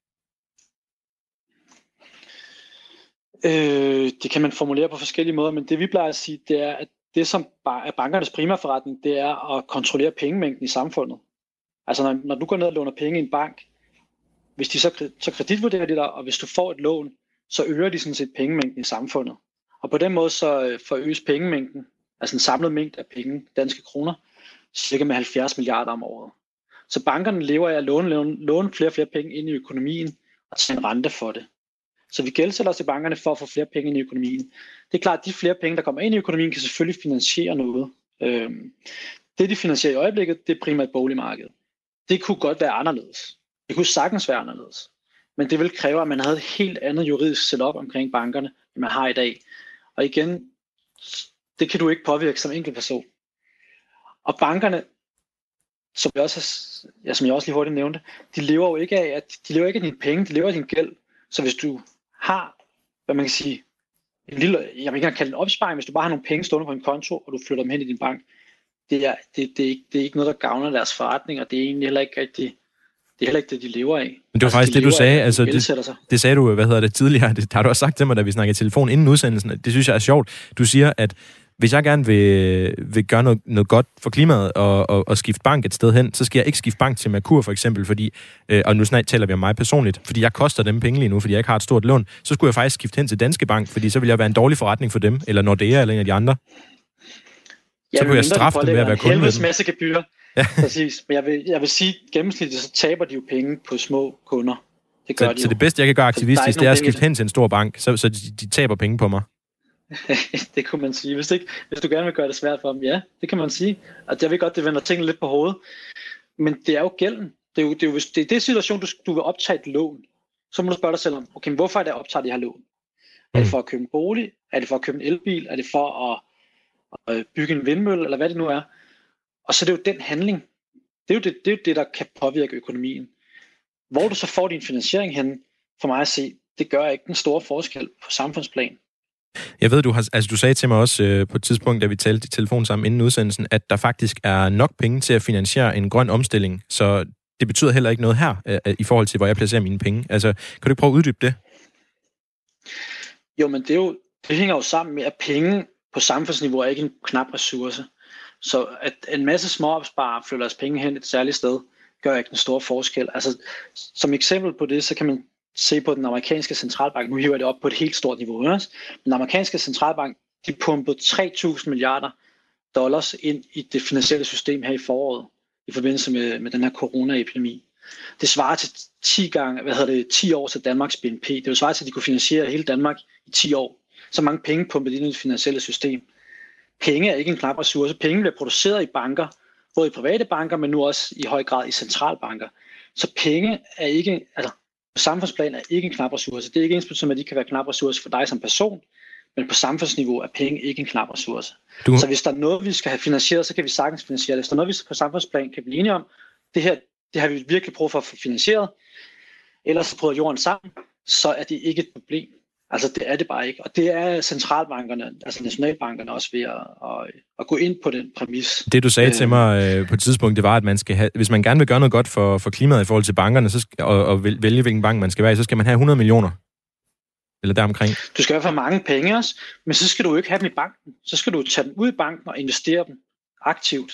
S3: Det kan man formulere på forskellige måder, men det vi plejer at sige, det er, at det som er bankernes primærforretning, det er at kontrollere pengemængden i samfundet. Altså når du går ned og låner penge i en bank, hvis de så kreditvurderer de dig, og hvis du får et lån, så øger de sådan set pengemængden i samfundet. Og på den måde så forøges pengemængden, altså en samlet mængde af penge, danske kroner, cirka med 70 milliarder om året. Så bankerne lever af at låne flere og flere penge ind i økonomien og tage en rente for det. Så vi gældsætter os til bankerne for at få flere penge ind i økonomien. Det er klart, at de flere penge, der kommer ind i økonomien, kan selvfølgelig finansiere noget. Det, de finansierer i øjeblikket, det er primært boligmarkedet. Det kunne godt være anderledes. Det kunne sagtens være anderledes. Men det vil kræve, at man havde et helt andet juridisk setup omkring bankerne, end man har i dag. Og igen, det kan du ikke påvirke som enkeltperson. Og bankerne, som jeg også lige hurtigt nævnte, de lever jo ikke af dine penge, de lever af din gæld. Så hvis du har, hvad man kan sige, en lille, jeg vil ikke engang kalde det en opsparing, hvis du bare har nogle penge stående på en konto, og du flytter dem hen i din bank, det er ikke noget, der gavner deres forretning, og det er egentlig heller ikke rigtig, det er heller ikke det, de lever af. Men
S1: det var faktisk det, du sagde, altså det sagde du, tidligere, det har du også sagt til mig, da vi snakkede i telefon inden udsendelsen, det synes jeg er sjovt. Du siger, at hvis jeg gerne vil gøre noget godt for klimaet og skifte bank et sted hen, så skal jeg ikke skifte bank til Merkur for eksempel, fordi, og nu taler vi om mig personligt, fordi jeg koster dem penge lige nu, fordi jeg ikke har et stort lån, så skulle jeg faktisk skifte hen til Danske Bank, fordi så vil jeg være en dårlig forretning for dem, eller Nordea eller en af de andre. Så kunne jeg straffe dem ved at være kunde med dem.
S3: Masse gebyrer. Ja. Præcis. Men jeg vil sige, gennemsnitligt så taber de jo penge på små kunder. Det gør de jo. Så
S1: det bedste, jeg kan gøre aktivistisk, det er at skifte hen til en stor bank, så de taber penge på mig.
S3: Det kunne man sige. Hvis du gerne vil gøre det svært for dem, ja, det kan man sige. Og jeg ved godt, det vender tingene lidt på hovedet. Men det er jo gælden. Det er det situation, du vil optage et lån. Så må du spørge dig selv om, okay, hvorfor er det, jeg optager det her lån? Er det for at købe en bolig? Er det for at købe en elbil? Er det for at bygge en vindmølle? Eller hvad det nu er? Og så er det jo den handling. Det er jo det, der kan påvirke økonomien. Hvor du så får din finansiering hen, for mig at se, det gør ikke den store forskel på samfundsplan.
S1: Jeg ved, du sagde til mig også på et tidspunkt, da vi talte i telefon sammen inden udsendelsen, at der faktisk er nok penge til at finansiere en grøn omstilling, så det betyder heller ikke noget her i forhold til, hvor jeg placerer mine penge. Altså, kan du ikke prøve at uddybe det?
S3: Jo, men det hænger jo sammen med, at penge på samfundsniveau er ikke en knap ressource. Så at en masse småopsparere flytter deres penge hen et særligt sted, gør ikke en stor forskel. Altså, som eksempel på det, så kan man se på den amerikanske centralbank. Nu hiver jeg det op på et helt stort niveau. Den amerikanske centralbank, de pumpede 3.000 milliarder dollars ind i det finansielle system her i foråret, i forbindelse med den her coronaepidemi. Det svarer til 10 år til Danmarks BNP. Det vil svare til, at de kunne finansiere hele Danmark i 10 år. Så mange penge pumpet ind i det finansielle system. Penge er ikke en knap ressource. Penge bliver produceret i banker, både i private banker, men nu også i høj grad i centralbanker. Så penge er ikke, altså på samfundsplan er ikke en knap ressource. Det er ikke ensbetydende med, at de kan være knap ressource for dig som person, men på samfundsniveau er penge ikke en knap ressource. Så hvis der er noget, vi skal have finansieret, så kan vi sagtens finansiere det. Hvis der er noget, vi på samfundsplan kan blive enige om, det her, det har vi virkelig brug for at få finansieret, ellers så bryder jorden sammen, så er det ikke et problem. Altså det er det bare ikke. Og det er centralbankerne, altså nationalbankerne også ved at gå ind på den præmis.
S1: Det du sagde til mig på et tidspunkt, det var, at man skal have, hvis man gerne vil gøre noget godt for klimaet i forhold til bankerne, og vælge hvilken bank man skal være i, så skal man have 100 millioner. Eller deromkring. Du
S3: skal i hvert fald mange penge også, men så skal du jo ikke have dem i banken. Så skal du tage dem ud i banken og investere dem aktivt.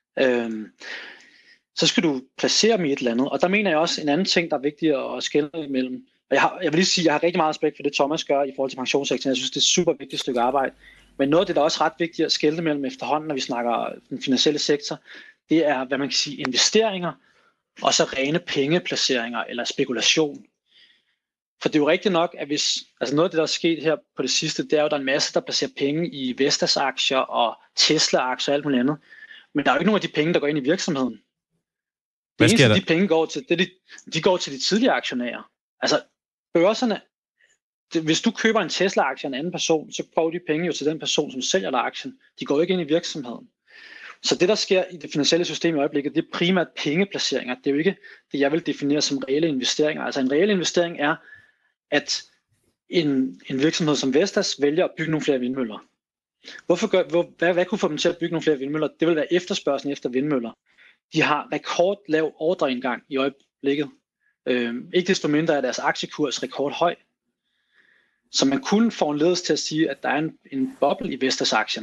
S3: Så skal du placere dem i et eller andet. Og der mener jeg også en anden ting, der er vigtig at skelne imellem. Jeg vil lige sige, at jeg har rigtig meget respekt for det, Thomas gør i forhold til pensionssektoren. Jeg synes, det er et super vigtigt stykke arbejde. Men noget af det, der er også ret vigtigt at skelne mellem efterhånden, når vi snakker den finansielle sektor, det er, hvad man kan sige, investeringer, og så rene pengeplaceringer eller spekulation. For det er jo rigtigt nok, at noget af det, der er sket her på det sidste, det er jo, at der er en masse, der placerer penge i Vestas aktier og Tesla-aktier og alt muligt andet. Men der er jo ikke nogen af de penge, der går ind i virksomheden. Det eneste, de penge går til, de går til de tidligere aktionærer. Altså, børserne, hvis du køber en Tesla-aktie af en anden person, så går de penge jo til den person, som sælger der aktien. De går jo ikke ind i virksomheden. Så det, der sker i det finansielle system i øjeblikket, det er primært pengeplaceringer. Det er jo ikke det, jeg vil definere som reelle investeringer. Altså en reel investering er, at en virksomhed som Vestas vælger at bygge nogle flere vindmøller. Hvad kunne få dem til at bygge nogle flere vindmøller? Det vil være efterspørgslen efter vindmøller. De har rekordlav ordreindgang i øjeblikket. Ikke desto mindre er deres aktiekurs rekordhøj. Så man kunne få en ledelse til at sige, at der er en boble i Vestas-aktien.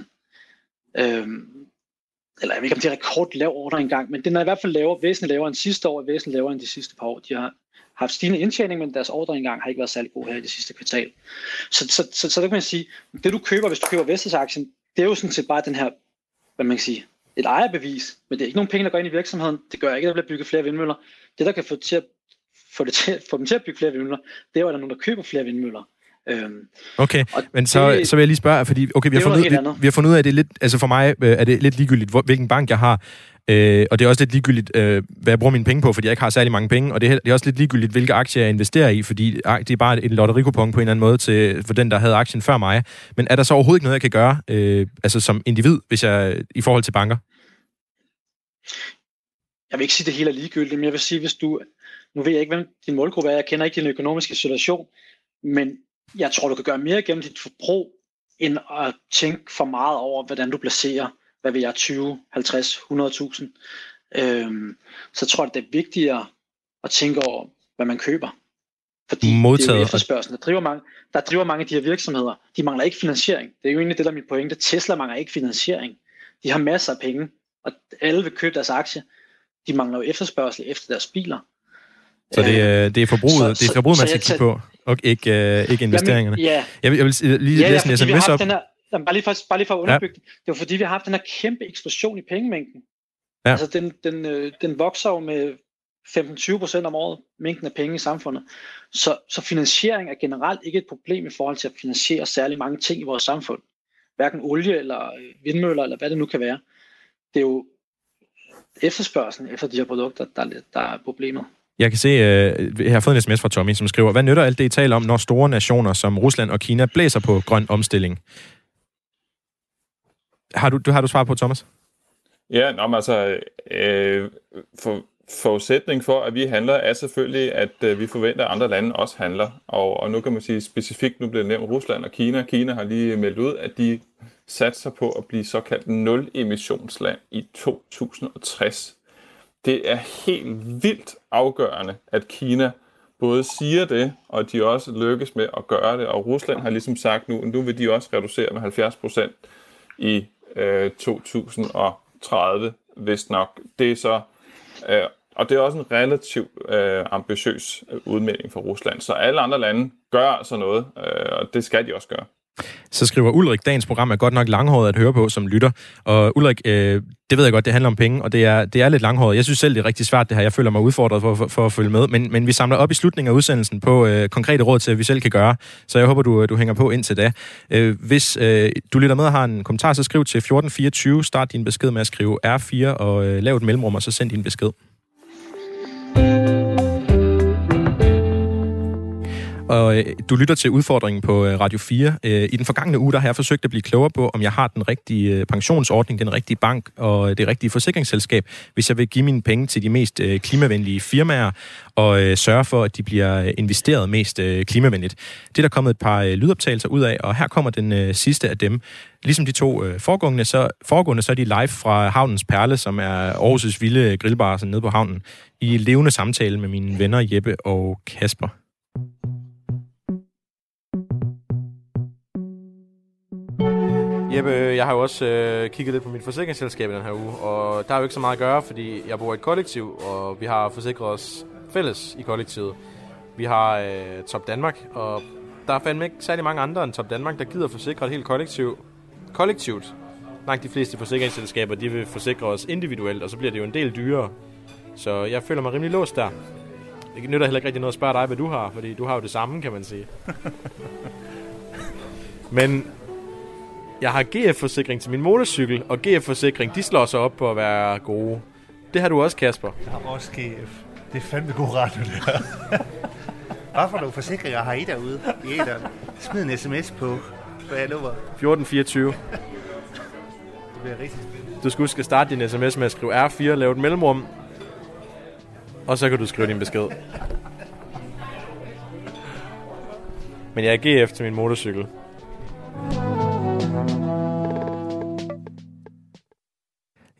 S3: Eller jeg ved ikke, om det er rekordlav ordreindgang, men den er i hvert fald væsentligt lavere end sidste år, og væsentligt lavere end de sidste par år. De har haft stigende indtjening, men deres ordreindgang har ikke været særlig god her i det sidste kvartal. Så der kan man sige, det du køber, hvis du køber Vestas-aktien, det er jo sådan set bare den her, hvad man kan sige, et ejerbevis, men det er ikke nogen penge, der går ind i virksomheden. Det gør ikke, at der bliver bygget flere vindmøller. Det, der kan få dem til at bygge flere vindmøller, det er jo, at der er nogen, der køber flere vindmøller.
S1: Okay, men så vil jeg lige spørge, fordi okay, vi har fundet ud af, at det er lidt, altså for mig er det lidt ligegyldigt, hvilken bank jeg har, og det er også lidt ligegyldigt, hvad jeg bruger mine penge på, fordi jeg ikke har særlig mange penge, og det er også lidt ligegyldigt, hvilke aktier jeg investerer i, fordi det er bare en lotterikupon på en eller anden måde for den, der havde aktien før mig. Men er der så overhovedet ikke noget, jeg kan gøre, altså som individ, hvis jeg i forhold til banker?
S3: Jeg vil ikke sige, det hele er ligegyldigt, men jeg vil sige, nu ved jeg ikke, hvem din målgruppe er, jeg kender ikke din økonomiske situation, men jeg tror, du kan gøre mere gennem dit forbrug, end at tænke for meget over, hvordan du placerer, hvad vil jeg, 20, 50, 100.000. Så tror jeg, det er vigtigere at tænke over, hvad man køber. Fordi det er jo efterspørgsel, der driver mange af de her virksomheder. De mangler ikke finansiering. Det er jo egentlig det, der er mit pointe. Tesla mangler ikke finansiering. De har masser af penge, og alle vil købe deres aktie. De mangler jo efterspørgsel efter deres biler.
S1: Så det er forbruget, man skal kigge på, og ikke investeringerne.
S3: Jamen, ja.
S1: Jeg vil lige læse en sms op.
S3: Bare lige for at underbygge det. Det var fordi, vi har haft den her kæmpe eksplosion i pengemængden. Ja. Altså, den vokser jo med 15-20% om året, mængden af penge i samfundet. Så finansiering er generelt ikke et problem i forhold til at finansiere særlig mange ting i vores samfund. Hverken olie eller vindmøller, eller hvad det nu kan være. Det er jo efterspørgselen efter de her produkter, der er problemet.
S1: Jeg kan se, jeg har fået en sms fra Tommy, som skriver, hvad nytter alt det, I taler om, når store nationer som Rusland og Kina blæser på grøn omstilling? Har du svaret på, Thomas?
S2: Ja, forudsætning for, at vi handler, er selvfølgelig, at vi forventer, at andre lande også handler. Og nu kan man sige specifikt, nu bliver det nævnt Rusland og Kina. Kina har lige meldt ud, at de satser på at blive såkaldt nul-emissionsland i 2060. Det er helt vildt afgørende, at Kina både siger det, og de også lykkes med at gøre det. Og Rusland har ligesom sagt nu vil de også reducere med 70% i 2030, hvis nok. Det er så, og det er også en relativt ambitiøs udmelding for Rusland. Så alle andre lande gør altså noget, og det skal de også gøre.
S1: Så skriver Ulrik, dagens program er godt nok langhåret at høre på som lytter. Og Ulrik, det ved jeg godt, det handler om penge, og det er lidt langhåret. Jeg synes selv, det er rigtig svært det her. Jeg føler mig udfordret for at følge med. Men vi samler op i slutningen af udsendelsen på konkrete råd til, at vi selv kan gøre. Så jeg håber, du hænger på indtil da. Hvis du lytter med og har en kommentar, så skriv til 1424. Start din besked med at skrive R4 og lav et mellemrum, og så send din besked. Og du lytter til Udfordringen på Radio 4. I den forgangne uge, der har jeg forsøgt at blive klogere på, om jeg har den rigtige pensionsordning, den rigtige bank og det rigtige forsikringsselskab, hvis jeg vil give mine penge til de mest klimavenlige firmaer og sørge for, at de bliver investeret mest klimavenligt. Det er der kommet et par lydoptagelser ud af, og her kommer den sidste af dem. Ligesom de to foregående, så er de live fra Havnens Perle, som er Aarhus' vilde grillbar nede på havnen, i levende samtale med mine venner Jeppe og Kasper. Jeppe, jeg har jo også kigget lidt på mit forsikringsselskab i den her uge, og der er jo ikke så meget at gøre, fordi jeg bor i et kollektiv, og vi har forsikret os fælles i kollektivet. Vi har Top Danmark, og der er fandme ikke særlig mange andre end Top Danmark, der gider forsikre et helt kollektivt. Langt de fleste forsikringsselskaber, de vil forsikre os individuelt, og så bliver det jo en del dyrere. Så jeg føler mig rimelig låst der. Det nytter heller ikke rigtig noget at spørge dig, hvad du har, fordi du har jo det samme, kan man sige. Men jeg har GF-forsikring til min motorcykel, og GF-forsikring, de slår sig op på at være gode. Det har du også, Kasper.
S6: Jeg har også GF. Det er fandme god radio, det her. Hvad for nogle forsikringer har I derude? Smid en sms på. Hvad er nummer?
S1: 1424.
S6: Det bliver rigtig spændende.
S1: Du skal huske at starte din sms med at skrive R4, lave et mellemrum, og så kan du skrive din besked. Men jeg er GF til min motorcykel.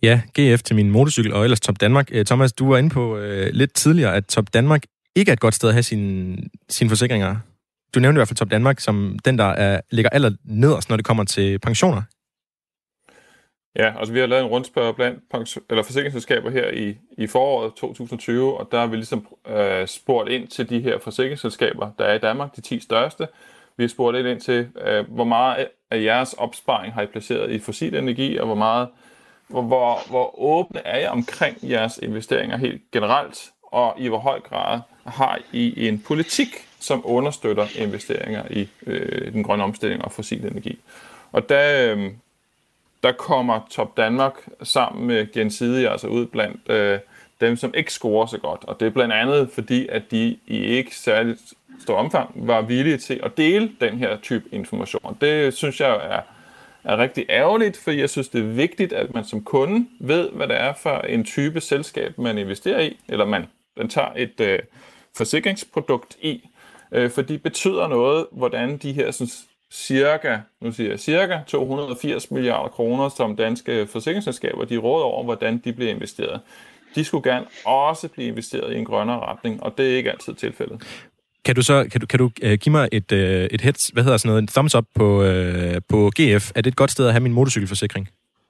S1: Ja, GF til min motorcykel og ellers Top Danmark. Thomas, du var inde på lidt tidligere, at Top Danmark ikke er et godt sted at have sine forsikringer. Du nævnte i hvert fald Top Danmark som den, der ligger aller nederst, når det kommer til pensioner.
S2: Ja, altså vi har lavet en rundspørg blandt forsikringsselskaber her i foråret 2020, og der har vi ligesom spurgt ind til de her forsikringsselskaber, der er i Danmark, de 10 største. Vi har spurgt ind til, hvor meget af jeres opsparing har I placeret i fossil energi, og hvor åbne er I omkring jeres investeringer helt generelt, og i hvor høj grad har I en politik, som understøtter investeringer i den grønne omstilling og fossil energi. Og der kommer Top Danmark sammen med Gjensidige altså ud blandt dem, som ikke scorer så godt. Og det er blandt andet fordi, at de i ikke særligt stor omfang var villige til at dele den her type information. Det synes jeg er rigtig ærgerligt, for jeg synes, det er vigtigt, at man som kunde ved, hvad det er for en type selskab, man investerer i, eller man tager et forsikringsprodukt i, for det betyder noget, hvordan de her sådan, cirka 280 milliarder kroner, som danske forsikringsselskaber, de råder over, hvordan de bliver investeret. De skulle gerne også blive investeret i en grønnere retning, og det er ikke altid tilfældet.
S1: Kan du give mig et heads, hvad hedder sådan noget, en thumbs up på GF? Er det et godt sted at have min motorcykelforsikring?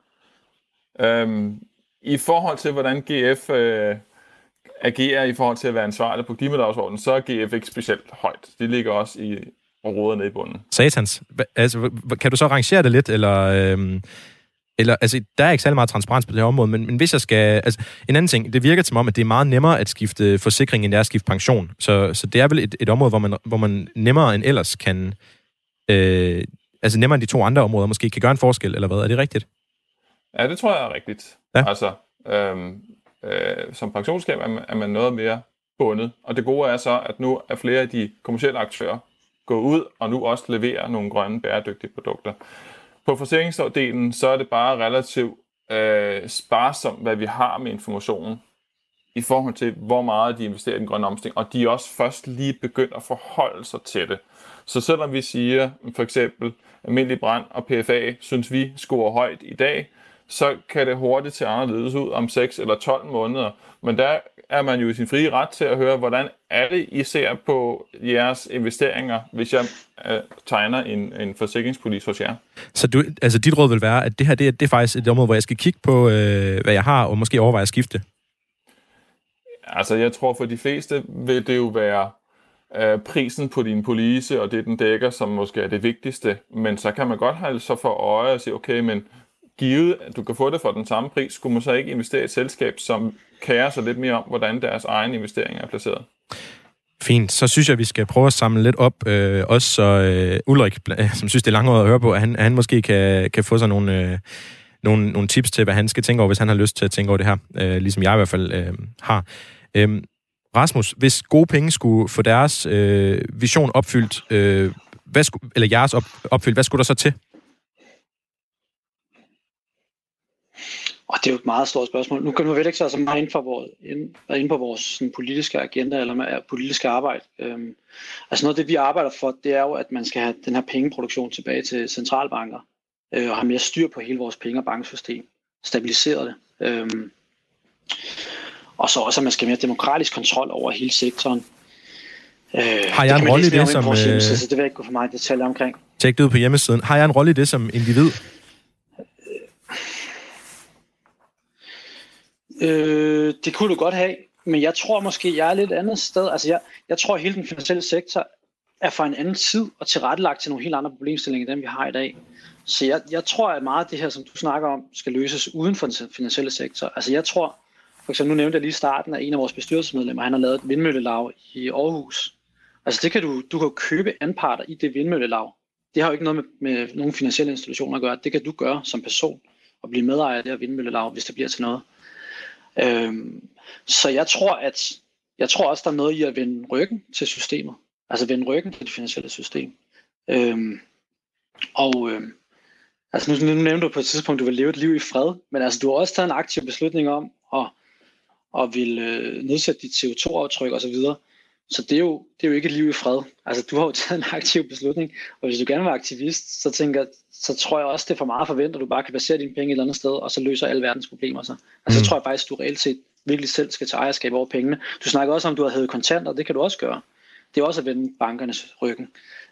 S2: I forhold til, hvordan GF agerer i forhold til at være ansvarlig på klimadagsordenen, så er GF ikke specielt højt. De ligger også og roder ned i bunden.
S1: Satans. Altså, kan du så rangere det lidt, eller altså, der er ikke særlig meget transparens på det her område, men hvis jeg skal... Altså, en anden ting, det virker som om, at det er meget nemmere at skifte forsikring, end det er at skifte pension. Så det er vel et område, hvor man nemmere end ellers kan... altså nemmere end de to andre områder måske kan gøre en forskel, eller hvad? Er det rigtigt?
S2: Ja, det tror jeg er rigtigt. Ja. Altså, som pensionsskab er man noget mere bundet. Og det gode er så, at nu er flere af de kommercielle aktører gået ud, og nu også leverer nogle grønne, bæredygtige produkter. På forsikringsdelen, så er det bare relativt sparsomt, hvad vi har med informationen i forhold til, hvor meget de investerer i den grønne omstilling, og de er også først lige begyndt at forholde sig til det. Så selvom vi siger, for eksempel, almindelig brand og PFA, synes vi scorer højt i dag, så kan det hurtigt se anderledes ud om 6 eller 12 måneder. Men der er man jo i sin frie ret til at høre, hvordan er det, I ser på jeres investeringer, hvis jeg tegner en forsikringspolice hos jer. Så
S1: dit råd vil være, at det her det er faktisk et område, hvor jeg skal kigge på, hvad jeg har, og måske overveje at skifte?
S2: Altså, jeg tror for de fleste vil det jo være prisen på din police, og det den dækker, som måske er det vigtigste. Men så kan man godt have så for øje og sige, okay, men givet, at du kan få det for den samme pris, skulle man så ikke investere i et selskab, som kærer sig lidt mere om, hvordan deres egen investeringer er placeret.
S1: Fint. Så synes jeg, at vi skal prøve at samle lidt op, også så Ulrik, som synes, det er langhåret at høre på, at han måske kan få sig nogle tips til, hvad han skal tænke over, hvis han har lyst til at tænke over det her, ligesom jeg i hvert fald har. Rasmus, hvis gode penge skulle få deres vision opfyldt, eller jeres opfyldt, hvad skulle der så til?
S3: Og det er jo et meget stort spørgsmål. Nu kan vi vel ikke så meget inde på vores sådan, politiske agenda eller politiske arbejde. Altså noget af det, vi arbejder for, det er jo, at man skal have den her pengeproduktion tilbage til centralbanker og have mere styr på hele vores penge- og banksystem. Stabilisere det. Og så også, at man skal have mere demokratisk kontrol over hele sektoren.
S1: Har jeg en rolle i det som...
S3: Så det vil jeg ikke gå for meget detaljer omkring.
S1: Tjek det ud på hjemmesiden. Har jeg en rolle i det som individ?
S3: Det kunne du godt have, men jeg tror måske, jeg er lidt andet sted. Altså jeg tror, at hele den finansielle sektor er fra en anden tid og tilrettelagt til nogle helt andre problemstillinger, end dem vi har i dag. Så jeg tror, at meget af det her, som du snakker om, skal løses uden for den finansielle sektor. Altså jeg tror, for eksempel nu nævnte jeg lige i starten, at en af vores bestyrelsesmedlemmer, han har lavet et vindmøllelav i Aarhus. Altså det kan du kan jo købe anparter i det vindmøllelav. Det har jo ikke noget med nogen finansielle institutioner at gøre. Det kan du gøre som person og blive medejer af det her vindmøllelav, hvis det bliver til noget. Så jeg tror også, der er noget i at vende ryggen til systemet. Altså vende ryggen til det finansielle system. Altså nu nævnte du på et tidspunkt, du vil leve et liv i fred, men altså du har også taget en aktiv beslutning om at ville nedsætte dit CO2-aftryk og så videre. Så det er jo ikke et liv i fred. Altså, du har jo taget en aktiv beslutning, og hvis du gerne vil være aktivist, så tror jeg også, det er for meget forventet, at du bare kan basere dine penge et eller andet sted, og så løser alle verdens problemer sig. Altså, så tror jeg faktisk, du reelt set virkelig selv skal tage ejerskab over pengene. Du snakker også om, at du har hævet kontanter, det kan du også gøre. Det er også at vende bankernes ryggen.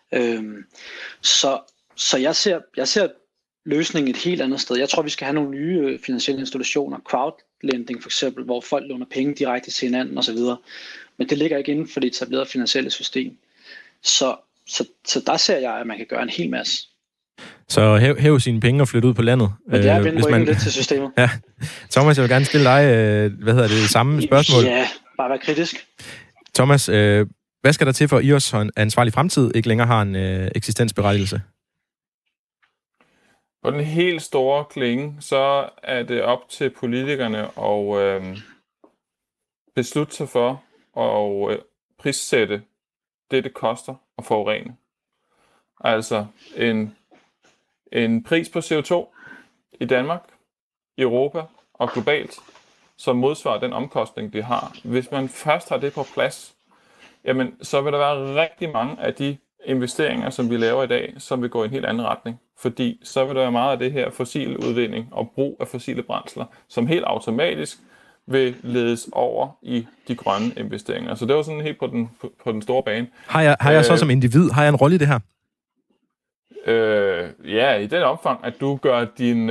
S3: Så jeg ser løsningen et helt andet sted. Jeg tror, vi skal have nogle nye finansielle institutioner, crowdlending for eksempel, hvor folk låner penge direkte til hinanden osv. Men det ligger ikke inden for det etablerede finansielle system. Så der ser jeg, at man kan gøre en hel masse.
S1: Så hæv sine penge og flytte ud på landet.
S3: Men det er at vende ryggen lidt til systemet.
S1: Ja. Thomas, jeg vil gerne stille dig det samme spørgsmål.
S3: Ja, bare være kritisk.
S1: Thomas, hvad skal der til for, at IOS ansvarlig fremtid ikke længere har en eksistensberettigelse?
S2: På den helt store klinge, så er det op til politikerne at beslutte sig for at prissætte det koster at forurene. Altså en pris på CO2 i Danmark, i Europa og globalt, som modsvarer den omkostning, det har. Hvis man først har det på plads, jamen, så vil der være rigtig mange af de investeringer, som vi laver i dag, som vil gå i en helt anden retning. Fordi så vil der være meget af det her fossile udvinding og brug af fossile brændsler, som helt automatisk vil ledes over i de grønne investeringer. Så det var sådan helt på den store bane.
S1: Har jeg så som individ, har jeg en rolle i det her?
S2: Ja, i den omfang, at du gør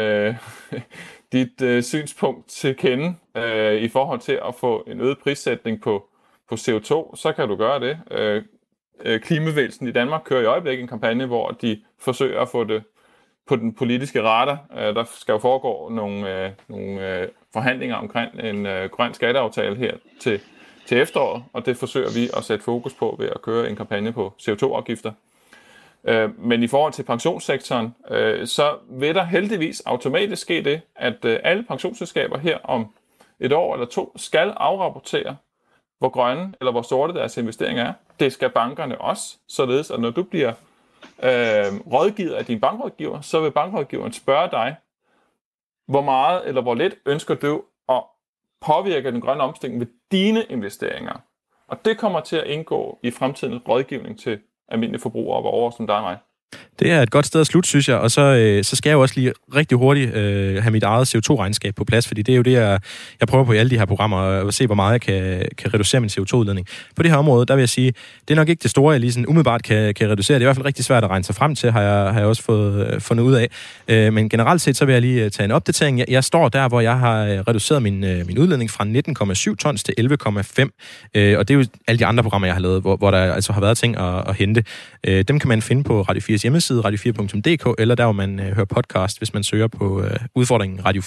S2: dit synspunkt til kende i forhold til at få en øget prissætning på CO2, så kan du gøre det. Klimabevægelsen i Danmark kører i øjeblikket en kampagne, hvor de forsøger at få det på den politiske radar. Der skal jo foregå nogle forhandlinger omkring en grøn skatteaftale her til efteråret, og det forsøger vi at sætte fokus på ved at køre en kampagne på CO2-afgifter. Men i forhold til pensionssektoren, så vil der heldigvis automatisk ske det, at alle pensionsselskaber her om et år eller to skal afrapportere, hvor grønne eller hvor sorte deres investeringer er. Det skal bankerne også, således at når du bliver rådgivet af din bankrådgiver, så vil bankrådgiveren spørge dig, hvor meget eller hvor lidt ønsker du at påvirke den grønne omstilling ved dine investeringer. Og det kommer til at indgå i fremtidens rådgivning til almindelige forbrugere og borgere som dig og mig.
S1: Det er et godt sted at slutte, synes jeg. Og så skal jeg jo også lige rigtig hurtigt have mit eget CO2-regnskab på plads, fordi det er jo det, jeg prøver på i alle de her programmer, at se, hvor meget jeg kan reducere min CO2-udledning. På det her område, der vil jeg sige, det er nok ikke det store, jeg lige sådan umiddelbart kan reducere. Det er i hvert fald rigtig svært at regne sig frem til, har jeg også fundet ud af. Men generelt set, så vil jeg lige tage en opdatering. Jeg står der, hvor jeg har reduceret min udledning fra 19,7 tons til 11,5. Og det er jo alle de andre programmer, jeg har lavet, hvor der altså har været ting at hente. Dem kan man finde på Radio 4's hjemmeside, radio4.dk, eller der, hvor man hører podcast, hvis man søger på udfordringen Radio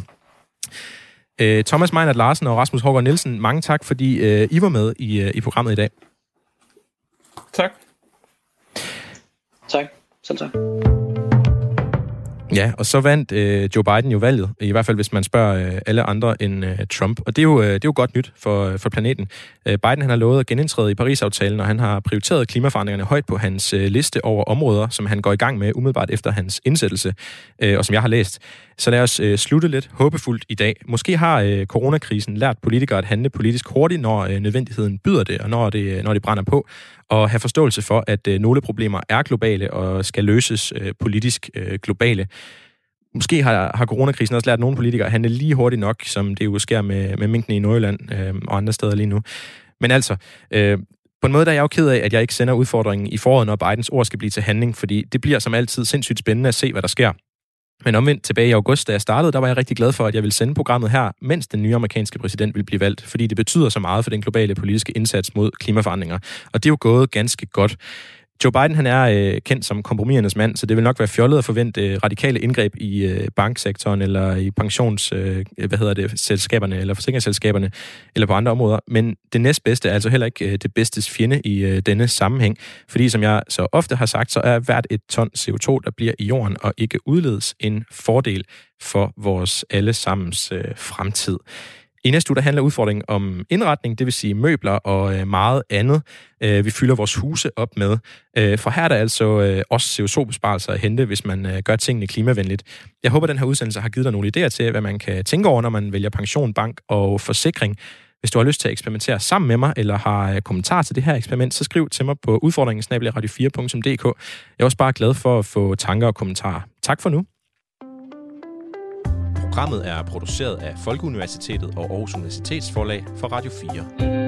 S1: 4. Thomas Meinert Larsen og Rasmus Hårgaard Nielsen, mange tak, fordi I var med i programmet i dag.
S2: Tak.
S3: Tak. Selv tak.
S1: Ja, og så vandt Joe Biden jo valget, i hvert fald hvis man spørger alle andre end Trump. Og det er jo godt nyt for planeten. Biden han har lovet at genindtræde i Paris-aftalen, og han har prioriteret klimaforandringerne højt på hans liste over områder, som han går i gang med umiddelbart efter hans indsættelse, og som jeg har læst. Så lad os slutte lidt håbefuldt i dag. Måske har coronakrisen lært politikere at handle politisk hurtigt, når nødvendigheden byder det, og når det brænder på, og have forståelse for, at nogle problemer er globale og skal løses politisk globale. Måske har coronakrisen også lært nogle politikere at handle lige hurtigt nok, som det jo sker med minkene i Nordjylland og andre steder lige nu. Men altså, på en måde der er jeg jo ked af, at jeg ikke sender udfordringen i foråret, når Bidens ord skal blive til handling, fordi det bliver som altid sindssygt spændende at se, hvad der sker. Men omvendt tilbage i august, da jeg startede, der var jeg rigtig glad for, at jeg ville sende programmet her, mens den nye amerikanske præsident ville blive valgt, fordi det betyder så meget for den globale politiske indsats mod klimaforandringer. Og det er jo gået ganske godt. Joe Biden, han er kendt som kompromisernes mand, så det vil nok være fjollet at forvente radikale indgreb i banksektoren eller i selskaberne eller forsikringsselskaberne eller på andre områder. Men det næstbedste er altså heller ikke det bedstes fjende i denne sammenhæng, fordi som jeg så ofte har sagt, så er hvert et ton CO2, der bliver i jorden og ikke udledes, en fordel for vores allesammens fremtid. I næste uge, der handler udfordringen om indretning, det vil sige møbler og meget andet, vi fylder vores huse op med. For her er der altså også CO2-besparelser at hente, hvis man gør tingene klimavenligt. Jeg håber, den her udsendelse har givet dig nogle idéer til, hvad man kan tænke over, når man vælger pension, bank og forsikring. Hvis du har lyst til at eksperimentere sammen med mig, eller har kommentarer til det her eksperiment, så skriv til mig på udfordringen@radio4.dk. Jeg er også bare glad for at få tanker og kommentarer. Tak for nu. Programmet er produceret af Folkeuniversitetet og Aarhus Universitetsforlag for Radio 4.